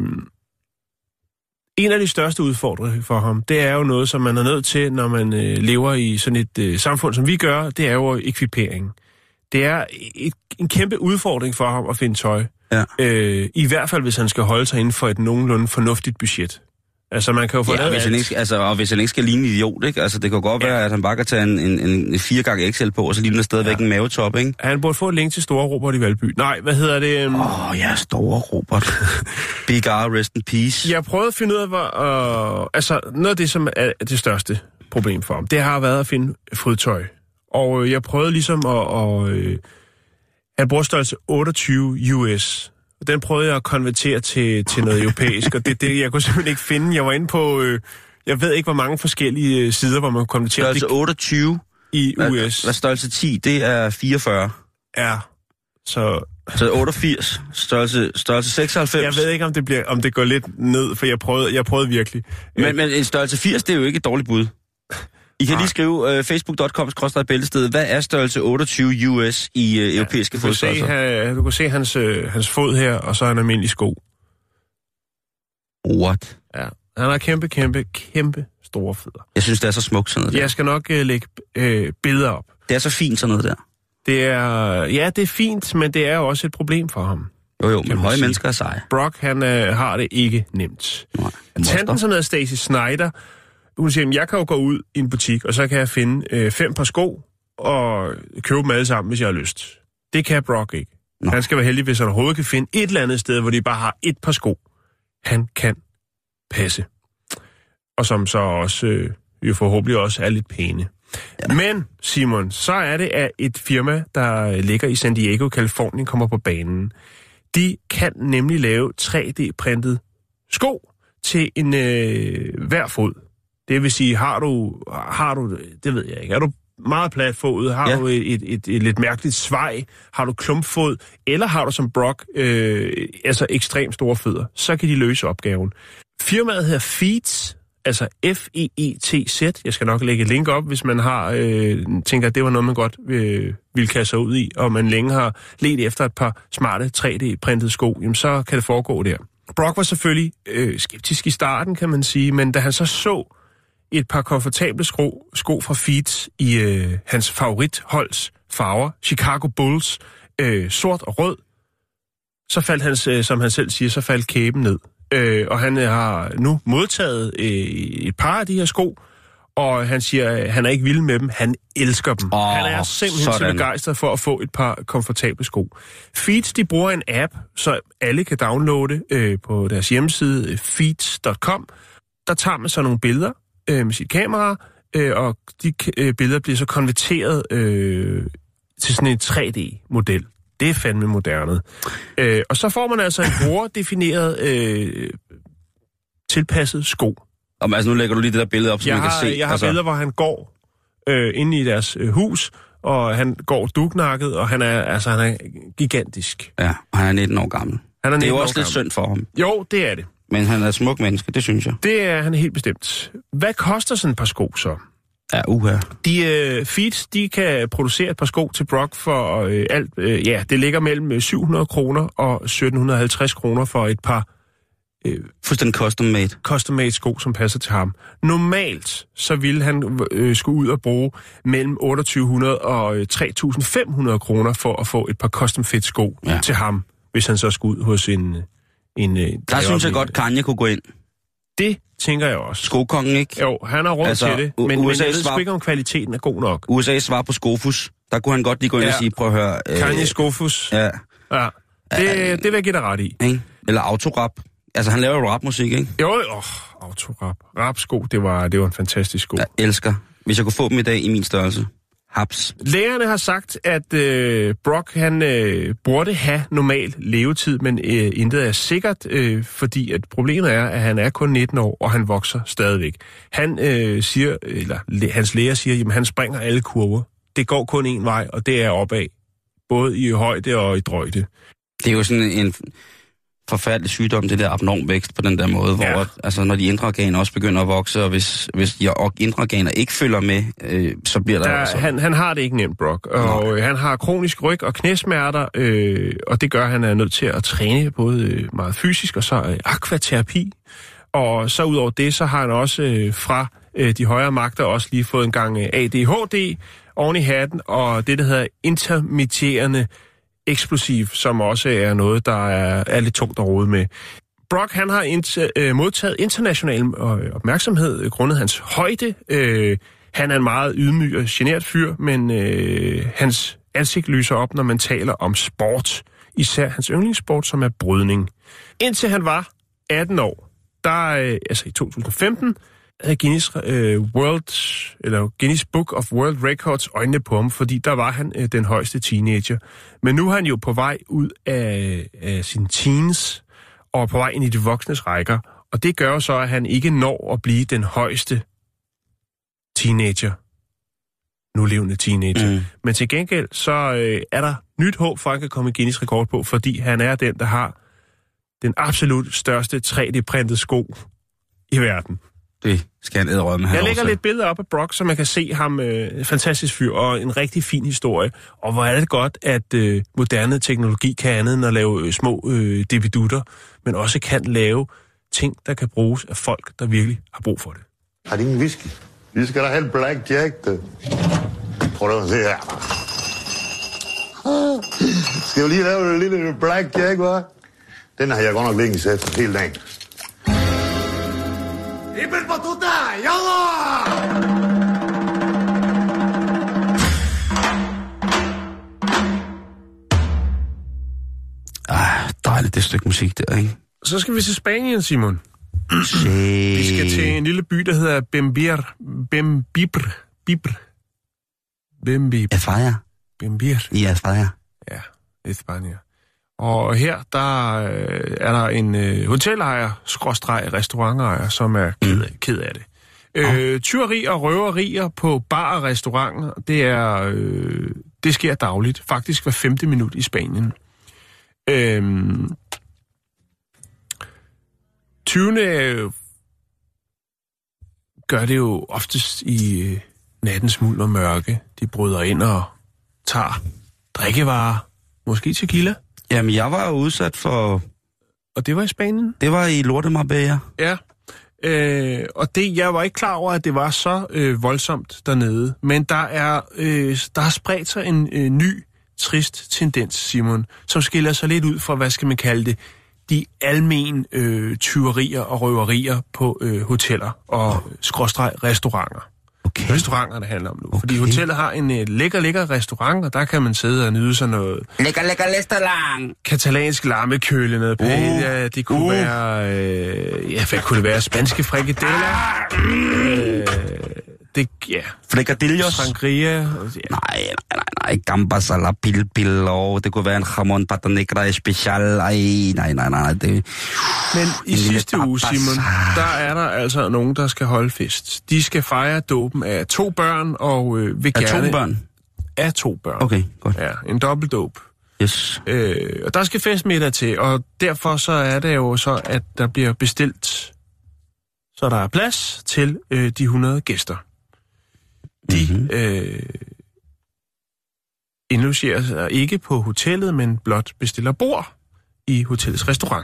en af de største udfordringer for ham, det er jo noget, som man er nødt til, når man øh, lever i sådan et øh, samfund, som vi gør, det er jo ekvipering. Det er et, en kæmpe udfordring for ham at finde tøj. Ja. Øh, I hvert fald, hvis han skal holde sig inden for et nogenlunde fornuftigt budget. Altså, man kan jo få ja, lavet hvis han ikke, altså, og hvis han ikke skal ligne en idiot, ikke? Altså, det kan godt ja. være, at han bare kan tage en, en, en fire gange X L på, og så ligner der stadigvæk ja. en mavetop, ikke? Han burde få et link til Store Robert i Valby. Nej, hvad hedder det? Åh, oh, ja, Store Robert. Big R, rest in peace. Jeg prøvede at finde ud af, hvor, uh, altså, noget af det, som er det største problem for ham, det har været at finde fodtøj. Og øh, jeg prøvede ligesom at... Og, øh, han bruger størrelse otteogtyve U S. Og den prøvede jeg at konvertere til, til noget europæisk, og det, det jeg kunne simpelthen ikke finde. Jeg var inde på... Øh, jeg ved ikke, hvor mange forskellige øh, sider, hvor man kunne konvertere... Størrelse otteogtyve i U S. Hvad, hvad størrelse ti? Det er fireogfyrre. Ja, så... Så otteogfirs. Størrelse, størrelse seksoghalvfems. Jeg ved ikke, om det, bliver, om det går lidt ned, for jeg prøvede, jeg prøvede virkelig. Men, men en størrelse firs, det er jo ikke et dårligt bud. I kan lige skrive uh, facebook punktum com skråstreg bæltestedet. Hvad er størrelse otteogtyve U S i uh, europæiske ja, fodstørrelser? Du kan se hans, øh, hans fod her, og så er en almindelig sko. What? Ja, han har kæmpe, kæmpe, kæmpe store fødder. Jeg synes, det er så smukt sådan noget der. Jeg skal nok uh, lægge uh, billeder op. Det er så fint sådan noget der. Det er, ja, det er fint, men det er jo også et problem for ham. Jo jo, men høje sige. Mennesker er seje. Brock, han uh, har det ikke nemt. Nej, tanten, som hedder Stacy Snyder, hun siger, jeg kan jo gå ud i en butik, og så kan jeg finde øh, fem par sko, og købe dem alle sammen, hvis jeg har lyst. Det kan Brock ikke. Nå. Han skal være heldig, hvis han overhovedet kan finde et eller andet sted, hvor de bare har et par sko. Han kan passe. Og som så også, øh, jo forhåbentlig også er lidt pæne. Ja. Men, Simon, så er det, at et firma, der ligger i San Diego, Californien, kommer på banen. De kan nemlig lave tre D-printet sko til en øh, hver fod. Det vil sige, har du, har du, det ved jeg ikke, er du meget platfod, har ja. du et, et, et, et lidt mærkeligt svej, har du klumpfod, eller har du som Brock, øh, altså ekstremt store fødder, så kan de løse opgaven. Firmaet hedder Feeds, altså F E E T Z. Jeg skal nok lægge et link op, hvis man har øh, tænker, at det var noget, man godt øh, ville kaste sig ud i, og man længe har ledt efter et par smarte tre D-printede sko, jamen så kan det foregå der. Brock var selvfølgelig øh, skeptisk i starten, kan man sige, men da han så så et par komfortable sko, sko fra Feeds i øh, hans favoritholds farver, Chicago Bulls, øh, sort og rød, så faldt hans, øh, som han selv siger, så faldt kæben ned. Øh, og han har nu modtaget øh, et par af de her sko, og han siger, at han er ikke vild med dem, han elsker dem. Oh, han er simpelthen så begejstret for at få et par komfortable sko. Feeds, de bruger en app, så alle kan downloade øh, på deres hjemmeside feeds punktum com. Der tager man så nogle billeder øh, med sit kamera, øh, og de øh, billeder bliver så konverteret øh, til sådan en tre D-model. Det er fandme moderne. Øh, og så får man altså en brugerdefineret øh, tilpasset sko. Om, altså nu lægger du lige det der billede op, så jeg man kan har, se. Jeg har altså... billeder, hvor han går øh, inde i deres øh, hus, og han går duknakket, og han er, altså, han er gigantisk. Ja, og han er nitten år gammel. Han er det er jo også lidt synd for ham. Jo, det er det. Men han er et smuk menneske, det synes jeg. Det er han helt bestemt. Hvad koster sådan et par sko så? Ja, uha. De øh, Feeds, de kan producere et par sko til Brock for øh, alt. Øh, ja, det ligger mellem syv hundrede kroner og sytten halvtreds kroner for et par øh, fuldstændig custom made. Custom made sko, som passer til ham. Normalt så ville han øh, skulle ud og bruge mellem to tusind otte hundrede og tre tusind fem hundrede kroner for at få et par custom fit sko ja. til ham, hvis han så skulle ud hos en en. Der synes jeg godt, Kanye kunne gå ind. Det tænker jeg også. Skokongen, ikke? Jo, han har råd altså, til det, men, men jeg ved svar... ikke, om kvaliteten er god nok. U S A's svar på Skofus, der kunne han godt lige gå ind ja. og sige, prøv at høre... Øh... Kanye Skofus. Ja. Ja, det, det vil jeg give dig ret i. Ikke? Eller autorap. Altså, han laver jo rapmusik, ikke? Jo, åh, autorap. Rapsko, det var, det var en fantastisk sko. Jeg elsker. Hvis jeg kunne få dem i dag i min størrelse. Haps. Lægerne har sagt, at øh, Brock han øh, burde have normal levetid, men øh, intet er sikkert, øh, fordi at problemet er, at han er kun nitten år, og han vokser stadigvæk. Han øh, siger, eller læ- hans læger siger, at han springer alle kurver. Det går kun én vej, og det er opad. Både i højde og i drøjde. Det er jo sådan en forfærdelig sygdom, det der abnorm vækst på den der måde, ja. hvor altså, når de indre organer også begynder at vokse, og hvis, hvis de indre organer ikke følger med, øh, så bliver der... der altså... han, han har det ikke nemt, Brock, og øh, han har kronisk ryg- og knæsmerter, øh, og det gør, at han er nødt til at træne både meget fysisk og så øh, akvaterapi, og så ud over det, så har han også øh, fra øh, de højere magter også lige fået en gang øh, A D H D oven i hatten, og det, der hedder intermitterende eksplosiv, som også er noget, der er, er lidt tungt at rode med. Brock, han har inter, øh, modtaget international øh, opmærksomhed øh, grundet hans højde. Øh, han er en meget ydmyg og genert fyr, men øh, hans ansigt lyser op, når man taler om sport. Især hans yndlingssport, som er brydning. Indtil han var atten år, der, øh, altså i to tusind femten, havde Guinness, øh, World, eller Guinness Book of World Records øjnene på ham, fordi der var han øh, den højeste teenager. Men nu er han jo på vej ud af, af sine teens, og på vej ind i de voksnes rækker. Og det gør så, at han ikke når at blive den højeste teenager. Nulevende teenager. Mm. Men til gengæld, så øh, er der nyt håb for, at han kan komme i Guinness rekord på, fordi han er den, der har den absolut største tre D-printede sko i verden. Det skal han æderrømme med. Jeg lægger lidt billeder op af Brock, så man kan se ham. Øh, fantastisk fyr og en rigtig fin historie. Og hvor er det godt, at øh, moderne teknologi kan andet end at lave øh, små øh, dividutter, men også kan lave ting, der kan bruges af folk, der virkelig har brug for det. Har de ingen whisky? Vi skal da have en Black Jack, det. Prøv at se her. Skal vi lige lave en lille Black Jack, hva'? Den har jeg godt nok længe sat hele dagen. Ibel Batuta, yalla! Ah, dejligt det stykke musik der, ikke? Så skal vi til Spanien, Simon. Se. Vi skal til en lille by, der hedder Bembir. Bembibr. Bibr. Bembibr. España. Bembir. I España. Ja, España. Og her, der øh, er der en øh, hotelejer, skråstreg restaurantejer, som er ked af, ked af det. Øh, tyveri og røverier på bar og restauranter, det er øh, det sker dagligt. Faktisk hver femte minut i Spanien. Øh, tyvende gør det jo oftest i øh, nattens mulm og mørke. De bryder ind og tager drikkevarer, måske tequila. Jamen, jeg var jo udsat for... Og det var i Spanien? Det var i Lorte Marbella. Ja, øh, og det, jeg var ikke klar over, at det var så øh, voldsomt dernede. Men der er øh, der har spredt sig en øh, ny, trist tendens, Simon, som skiller sig lidt ud fra, hvad skal man kalde det, de almen øh, tyverier og røverier på øh, hoteller og skråstreg restauranter. Okay. Restauranterne handler om nu. Okay. Fordi hotellet har en øh, lækker, lækker restaurant, og der kan man sidde og nyde sig noget... Lækker, lækker restaurant! Katalansk lammekølle, noget uh. paella, det kunne uh. være... Øh, ja, hvad kunne det være? Spanske frikadeller? øh, det, ja... Frikadillos? Sangria? Ja. Nej, nej, nej, nej. Gambas a la pil pil, og det kunne være en jamon pata negra special. Ej, nej, nej, nej. Det... Men i sidste uge, Simon, der er der altså nogen, der skal holde fest. De skal fejre dåben af to børn, og øh, vil gerne... Af to børn? Af to børn. Okay, godt. Ja, en dobbeltdåb. Yes. Øh, og der skal festmiddag til, og derfor så er det jo så, at der bliver bestilt, så der er plads til øh, de hundrede gæster. De mm-hmm. øh, indlogerer sig ikke på hotellet, men blot bestiller bord i hotellets restaurant.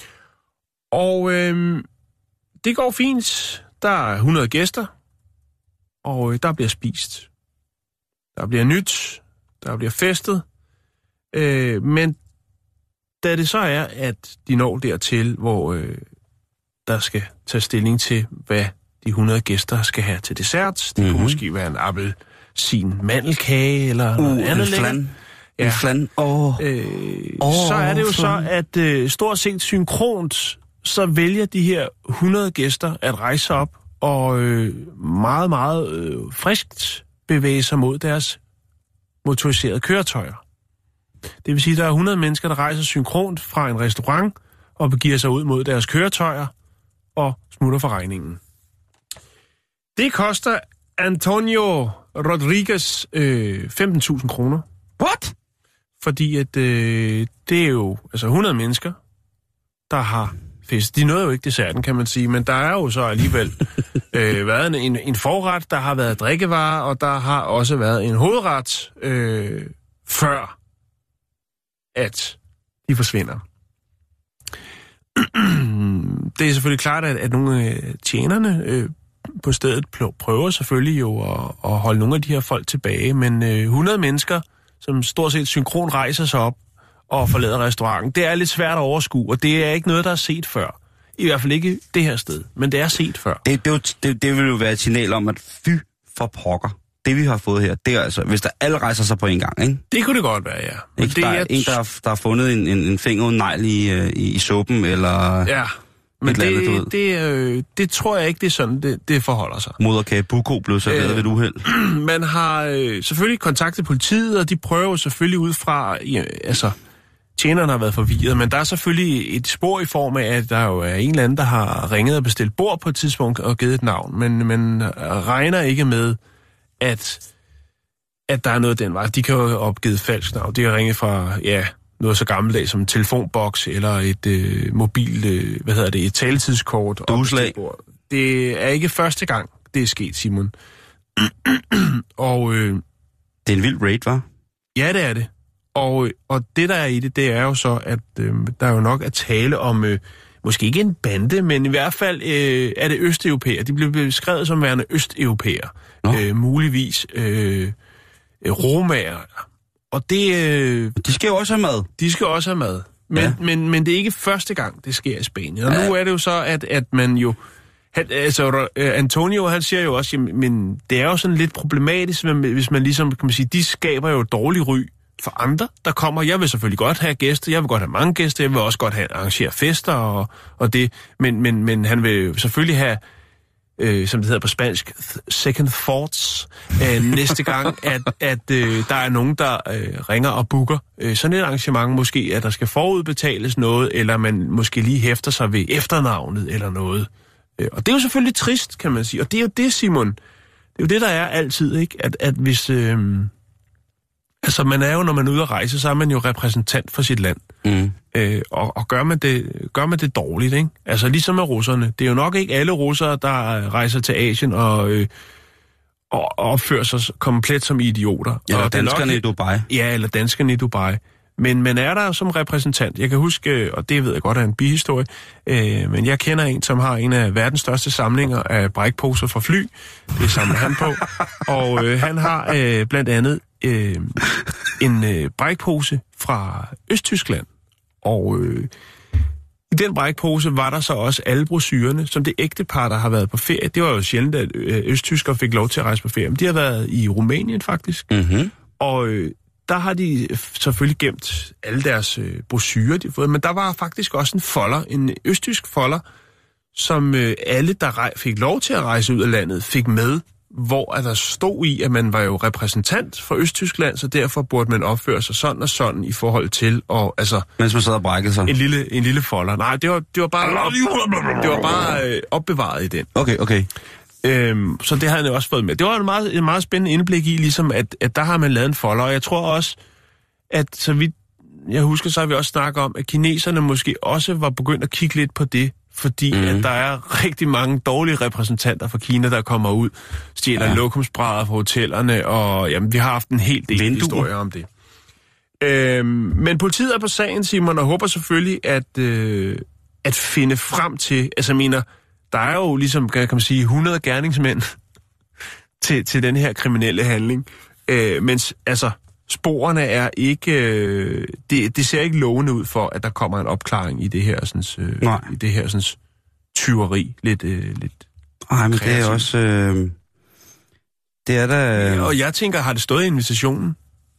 Og øh, det går fint. Der er hundrede gæster, og øh, der bliver spist. Der bliver nyt, der bliver festet. Øh, men da det så er, at de når dertil, hvor øh, der skal tage stilling til, hvad de hundrede gæster skal have til dessert. Det mm-hmm. kunne måske være en appelsin mandelkage eller uh, noget andet. En flan. Ja. En flan. Oh. Øh, oh, så er det jo flan. så, at øh, stort set synkront, så vælger de her hundrede gæster at rejse sig op og øh, meget, meget øh, friskt bevæge sig mod deres motoriserede køretøjer. Det vil sige, at der er hundrede mennesker, der rejser synkront fra en restaurant og begiver sig ud mod deres køretøjer og smutter for regningen. Det koster Antonio Rodriguez øh, femten tusind kroner. What? Fordi at øh, det er jo altså hundrede mennesker, der har fest. De nåede jo ikke desserten, kan man sige, men der er jo så alligevel øh, været en, en forret, der har været drikkevarer, og der har også været en hovedret øh, før, at de forsvinder. Det er selvfølgelig klart, at, at nogle af tjenerne øh, på stedet prøver selvfølgelig jo at, at holde nogle af de her folk tilbage, men øh, hundrede mennesker, som stort set synkron rejser sig op og forlader restauranten, det er lidt svært at overskue, og det er ikke noget, der er set før. I hvert fald ikke det her sted, men det er set før. Det, det, det, det vil jo være et signal om, at fy for pokker. Det vi har fået her, det er altså, hvis der alle rejser sig på en gang, ikke? Det kunne det godt være, ja. Men ikke, det der er er en, der har, der har fundet en, en, en finger uden negl i, i, i suppen, eller... Ja, men det, andet, det, øh, det tror jeg ikke, det er sådan, det, det forholder sig. Moderkage Buko blev serveret øh, ved et uheld. Man har øh, selvfølgelig kontaktet politiet, og de prøver selvfølgelig ud fra... Ja, altså, tjeneren har været forvirret, men der er selvfølgelig et spor i form af, at der jo er en eller anden, der har ringet og bestilt bord på et tidspunkt og givet et navn, men man regner ikke med, at... at der er noget den vej. De kan jo have opgivet falsk navn. De har ringet fra, ja, noget så gammeldags som en telefonboks eller et øh, mobil, øh, hvad hedder det, et taletidskort. Duslag. Det er ikke første gang, det er sket, Simon. og... Øh, det er en vild raid, hva'? Ja, det er det. Og, og det, der er i det, det er jo så, at øh, der er jo nok at tale om, øh, måske ikke en bande, men i hvert fald øh, er det østeuropæer. De bliver beskrevet som værende østeuropæer. Øh, muligvis... Øh, romager. Og det... Øh, de skal jo også have mad. De skal også have mad. Men, ja. men, men det er ikke første gang, det sker i Spanien. Og ja. Nu er det jo så, at, at man jo... Han, altså, Antonio, han siger jo også, jamen, men det er jo sådan lidt problematisk, hvis man ligesom, kan man sige, de skaber jo et dårligt ry for andre, der kommer. Jeg vil selvfølgelig godt have gæster, jeg vil godt have mange gæster, jeg vil også godt have arrangere fester og, og det, men, men, men han vil selvfølgelig have... Øh, som det hedder på spansk, second thoughts, øh, næste gang, at, at øh, der er nogen, der øh, ringer og booker øh, sådan et arrangement, måske at der skal forudbetales noget, eller man måske lige hæfter sig ved efternavnet eller noget. Øh, og det er jo selvfølgelig trist, kan man sige. Og det er jo det, Simon, det er jo det, der er altid, ikke? At, at hvis... Øh, altså, man er jo, når man er ude at rejse, så er man jo repræsentant for sit land. Mm. Øh, og og gør, man det, gør man det dårligt, ikke? Altså ligesom med russerne. Det er jo nok ikke alle russere, der rejser til Asien og, øh, og opfører sig komplet som idioter. Eller og danskerne nok, i Dubai. Ja, eller danskerne i Dubai. Men man er der som repræsentant. Jeg kan huske, og det ved jeg godt er en bihistorie, øh, men jeg kender en, som har en af verdens største samlinger af brækposer fra fly. Det samler han på. Og øh, han har øh, blandt andet øh, en øh, brækpose fra Østtyskland. Og øh, i den brækpose var der så også alle brochurerne, som det ægtepar, der har været på ferie. Det var jo sjældent, at østtyskere fik lov til at rejse på ferie. Men de har været i Rumænien faktisk. Mm-hmm. Og øh, der har de selvfølgelig gemt alle deres øh, brochurer, de har fået. Men der var faktisk også en folder, en østtysk folder, som øh, alle, der rej- fik lov til at rejse ud af landet, fik med. Hvor der stod i, at man var jo repræsentant for Østtyskland, så derfor burde man opføre sig sådan og sådan i forhold til, og altså... Mens man sad og brækkede sig? En lille, en lille folder. Nej, det var, det var bare, op, det var bare øh, opbevaret i den. Okay, okay. Øhm, så det havde han jo også fået med. Det var en meget, en meget spændende indblik i, ligesom at, at der har man lavet en folder, og jeg tror også, at så vidt jeg husker, så har vi også snakket om, at kineserne måske også var begyndt at kigge lidt på det, fordi mm. at der er rigtig mange dårlige repræsentanter fra Kina, der kommer ud, stjæler ja. lokumsbrædder fra hotellerne, og jamen, vi har haft en hel del Vinduer. historier om det. Øhm, men politiet er på sagen, Simon, og håber selvfølgelig at, øh, at finde frem til, altså jeg mener, der er jo ligesom, kan man sige, hundrede gerningsmænd til, til den her kriminelle handling, øh, mens altså sporene er ikke, øh, det, det ser ikke lovende ud for, at der kommer en opklaring i det her sådan, øh, i det her sådan tyveri, lidt øh, lidt. Nej, men kreativt. Det er også øh, det er der. Ja, og jeg tænker, har det stået i invitationen?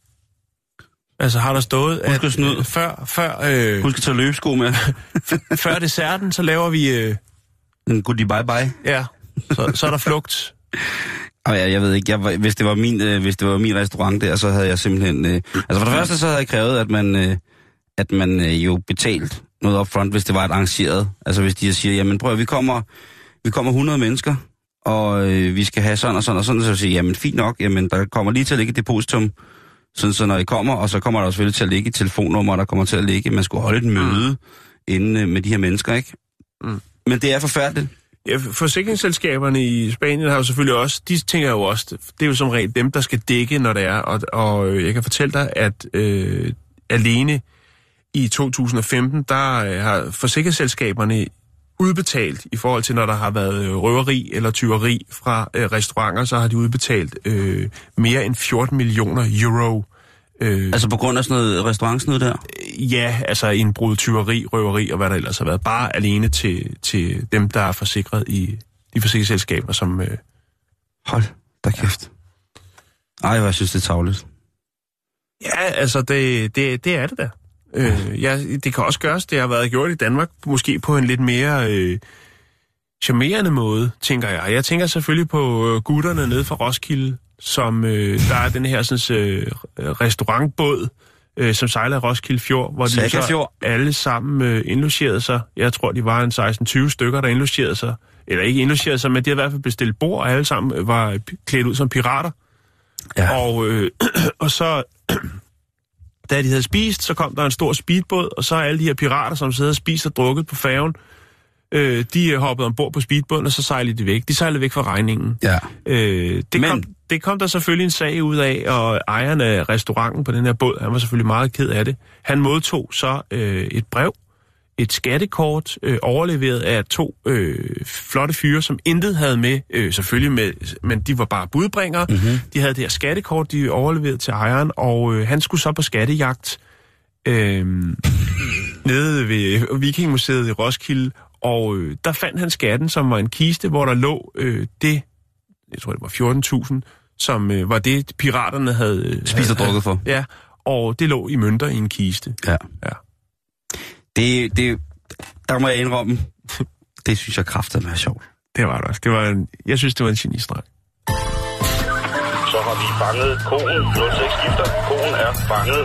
Altså har der stået Husk at at, øh, før før øh, Husk at tage løbesko med. før desserten, så laver vi øh, en goodie bye bye. Ja. Så, så er der flugt. Og jeg, jeg ved ikke, jeg, hvis, det var min, øh, hvis det var min restaurant der, så havde jeg simpelthen... Øh, altså for det første, så havde jeg krævet, at man, øh, at man øh, jo betalt noget upfront, hvis det var et arrangeret. Altså hvis de siger, jamen prøv, vi kommer, vi kommer hundrede mennesker, og øh, vi skal have sådan og sådan og sådan, så siger jamen fint nok, jamen der kommer lige til at ligge et depositum, sådan så når I kommer, og så kommer der selvfølgelig til at ligge et telefonnummer, der kommer til at ligge, man skulle holde et møde mm. inden øh, med de her mennesker, ikke? Mm. Men det er forfærdeligt. Ja, forsikringsselskaberne i Spanien har jo selvfølgelig også, de tænker jo også, det er jo som regel dem, der skal dække, når det er, og, og jeg kan fortælle dig, at øh, alene i to tusind og femten, der øh, har forsikringsselskaberne udbetalt, i forhold til når der har været røveri eller tyveri fra øh, restauranter, så har de udbetalt øh, mere end fjorten millioner euro. Øh, altså på grund af sådan noget restaurantsnyd der? Ja, altså indbrud, tyveri, røveri og hvad der ellers har været. Bare alene til, til dem, der er forsikret i de forsikringsselskaber, som... Øh... Hold da kæft. Ej, hvor jeg synes, det er tarveligt. Ja, altså det, det, det er det da. Øh, ja, det kan også gøres. Det har været gjort i Danmark, måske på en lidt mere øh, charmerende måde, tænker jeg. Jeg tænker selvfølgelig på gutterne nede fra Roskilde, som øh, der er den her sådan, øh, restaurantbåd, øh, som sejler i Roskilde Fjord, hvor de så alle sammen øh, indlogerede sig. Jeg tror, de var en seksten tyve stykker, der indlogerede sig. Eller ikke indlogerede sig, men de havde i hvert fald bestilt bord, og alle sammen var klædt ud som pirater. Ja. Og, øh, og så, da de havde spist, så kom der en stor speedbåd, og så alle de her pirater, som sidder og spiser og drukket på færgen, øh, de hoppede ombord på speedbåden, og så sejlede de væk. De sejlede væk fra regningen. Ja. Øh, det, men... kom, det kom der selvfølgelig en sag ud af, og ejeren af restauranten på den her båd, han var selvfølgelig meget ked af det. Han modtog så øh, et brev, et skattekort, øh, overleveret af to øh, flotte fyre, som intet havde med, øh, selvfølgelig med, men de var bare budbringere. Mm-hmm. De havde det her skattekort, de overleverede til ejeren, og øh, han skulle så på skattejagt øh, nede ved Vikingmuseet i Roskilde, og øh, der fandt han skatten, som var en kiste, hvor der lå øh, det, jeg tror det var fjorten tusind, som øh, var det, piraterne havde... Spist og drukket for. Ja, og det lå i mønter i en kiste. Ja. Ja. Det, det, der må jeg indrømme, det synes jeg kraftedeme er sjovt. Det var det også. Det var en, jeg synes, det var en genistreg. Så har vi fanget koen. nul seks skifter. Koen er fanget.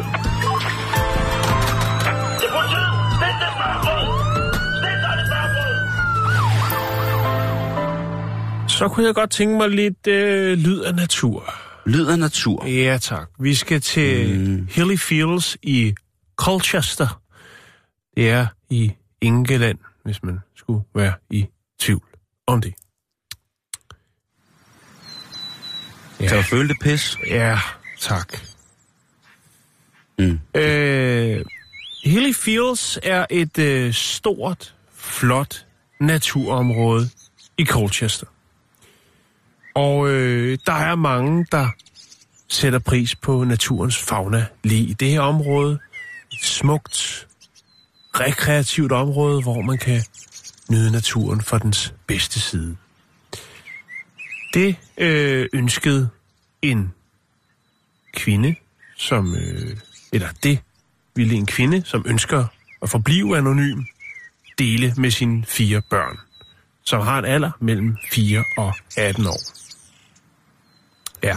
Det er politiet! Stil det smørbrød! Stil dig det smørbrød! Så kunne jeg godt tænke mig lidt øh, lyd af natur. Lyd af natur? Ja, tak. Vi skal til mm. Hilly Fields i Colchester. Det er i England, hvis man skulle være i tvivl om det. Ja. Kan du føle det pis? Ja, tak. Mm. Øh, Hilly Fields er et øh, stort, flot naturområde i Colchester. Og øh, der er mange, der sætter pris på naturens fauna lige i det her område. Et smukt, rekreativt område, hvor man kan nyde naturen fra dens bedste side. Det øh, ønskede en kvinde, som... Øh, eller det ville en kvinde, som ønsker at forblive anonym, dele med sine fire børn, som har en alder mellem fire og atten år. Ja.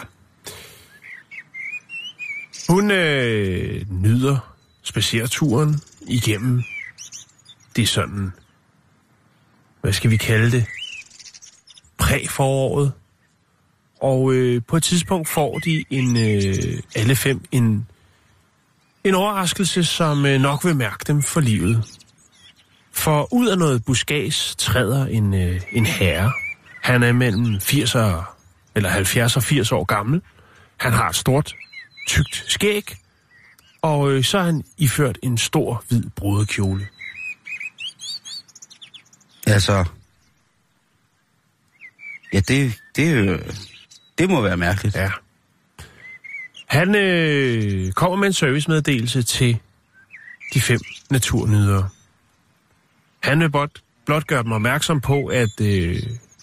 Hun øh, nyder spacereturen igennem det sådan, hvad skal vi kalde det, præforåret. Og øh, på et tidspunkt får de en, øh, alle fem en, en overraskelse, som øh, nok vil mærke dem for livet. For ud af noget buskads træder en, øh, en herre. Han er mellem firs og, eller halvfjerds og firs år gammel. Han har et stort, tykt skæg, og øh, så har han iført en stor, hvid brudekjole. Altså... Ja, det, det, det må være mærkeligt. Ja. Han øh, kommer med en servicemeddelelse til de fem naturnydere. Han vil blot, blot gøre dem opmærksom på, at øh,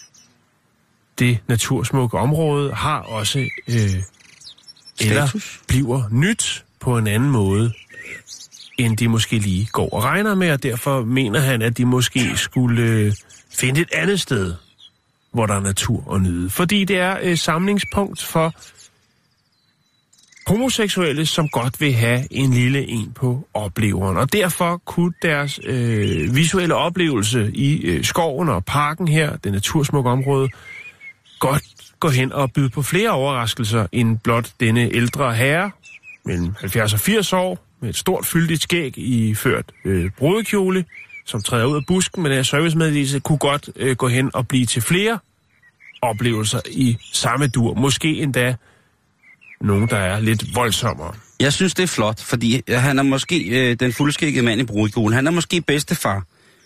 det natursmukke område har også øh, eller bliver nyt på en anden måde, end de måske lige går og regner med, og derfor mener han, at de måske skulle øh, finde et andet sted, hvor der er natur og nyde. Fordi det er et samlingspunkt for homoseksuelle, som godt vil have en lille en på opleveren. Og derfor kunne deres øh, visuelle oplevelse i øh, skoven og parken her, det natursmukke område, godt gå hen og byde på flere overraskelser end blot denne ældre herre, mellem halvfjerds og firs år, med et stort fyldigt skæg i ført øh, brudekjole, som træder ud af busken med den her servicemeddelelse, kunne godt øh, gå hen og blive til flere oplevelser i samme dur. Måske endda nogen, der er lidt voldsommere. Jeg synes, det er flot, fordi han er måske øh, den fuldskæggede mand i brudekjolen. Han er måske bedstefar.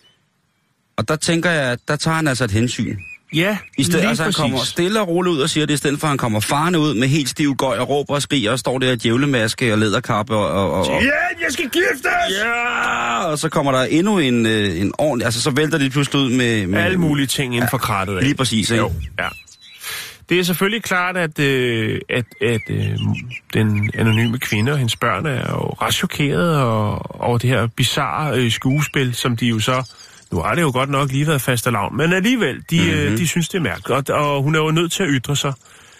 Og der tænker jeg, at der tager han altså et hensyn. Ja, I stedet, lige altså, han præcis. kommer stille og roligt ud og siger det, i stedet for, at han kommer farne ud med helt stiv gøj og råber og skriger og står der i djævlemaske og læderkappe og... og, og ja, jeg skal giftes! Ja! Og så kommer der endnu en, øh, en ordentlig... Altså, så vælter de pludselig ud med... med alle mulige ting inden for krattet af. Lige præcis, ikke? Jo, ja. Det er selvfølgelig klart, at, øh, at, at øh, den anonyme kvinde og hendes børn er jo ret chokeret over det her bizarre øh, skuespil, som de jo så... Nu har det jo godt nok lige været fastelavn, men alligevel, de, mm-hmm. øh, de synes, det er mærkeligt. Og, og hun er jo nødt til at ytre sig.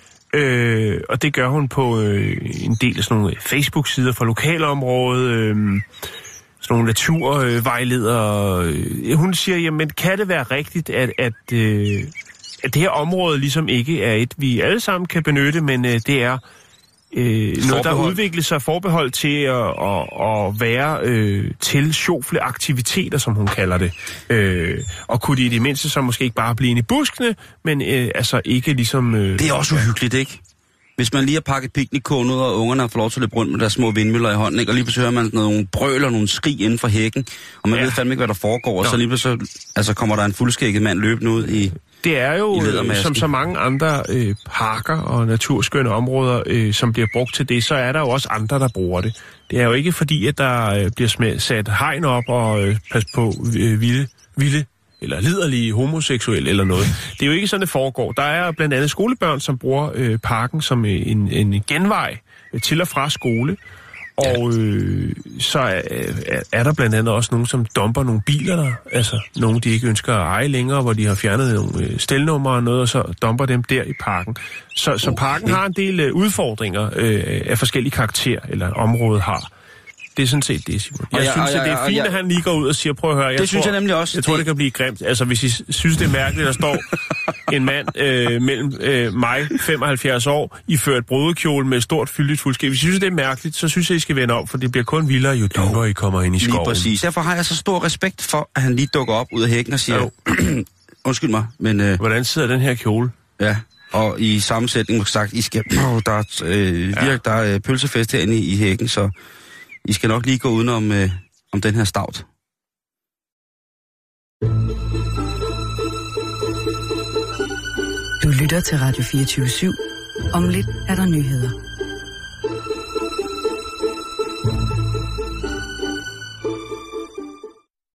Øh, og det gør hun på øh, en del af sådan nogle Facebook-sider fra lokalområdet, øh, sådan nogle naturvejledere. Øh, hun siger, jamen kan det være rigtigt, at, at, øh, at det her område ligesom ikke er et, vi alle sammen kan benytte, men øh, det er... Øh, noget, der udvikler sig forbehold til at, at, at være øh, til sjofle aktiviteter, som hun kalder det. Øh, og kunne de i det mindste så måske ikke bare blive inde i buskene, men øh, altså ikke ligesom... Øh, det er også uhyggeligt, ikke? Hvis man lige har pakket piknikkogen ud, og ungerne har fået lov til at løbe rundt med deres små vindmøller i hånden, ikke? Og lige pludselig hører man nogle brøl og nogle skrig inden for hækken, og man ja. ved fandme ikke, hvad der foregår, og Nå. så lige pludselig altså, kommer der en fuldskægget mand løbende ud i... Det er jo, som så mange andre øh, parker og naturskønne områder, øh, som bliver brugt til det, så er der jo også andre, der bruger det. Det er jo ikke fordi, at der øh, bliver smed, sat hegn op og øh, pas på øh, vilde, vilde eller liderlige homoseksuelle eller noget. Det er jo ikke sådan, det foregår. Der er blandt andet skolebørn, som bruger øh, parken som en, en genvej til og fra skole. Og øh, så er, er der blandt andet også nogen, som dumper nogle biler der. Altså nogle, de ikke ønsker at eje længere, hvor de har fjernet nogle stelnumre og noget, og så dumper dem der i parken. Så, så parken har en del øh, udfordringer øh, af forskellige karakterer, eller området har. Det er sådan set det, Simon. Jeg ja, synes, ja, ja, at det er fint, ja, ja. at han lige går ud og siger, prøv at høre. Jeg det tror, synes jeg nemlig også. Jeg tror, det kan blive grimt. Altså, hvis I synes, det er mærkeligt, der står en mand øh, mellem øh, mig, femoghalvfjerds år, iført brudekjole med stort fyldigt fuldskæg. Hvis I synes, det er mærkeligt, så synes jeg, I skal vende om, for det bliver kun vildere, jo dybere I kommer ind i skoven. Lige præcis. Derfor har jeg så stor respekt for, at han lige dukker op ud af hækken og siger, undskyld mig, men... Øh, Hvordan sidder den her kjole? Ja, og i sammensætning måske sagt, I skal, oh, der, er, øh, ja. der er pølsefest herinde i, i hækken, så I skal nok lige gå udenom øh, om den her stout. Du lytter til Radio fireogtyve syv. Om lidt er der nyheder.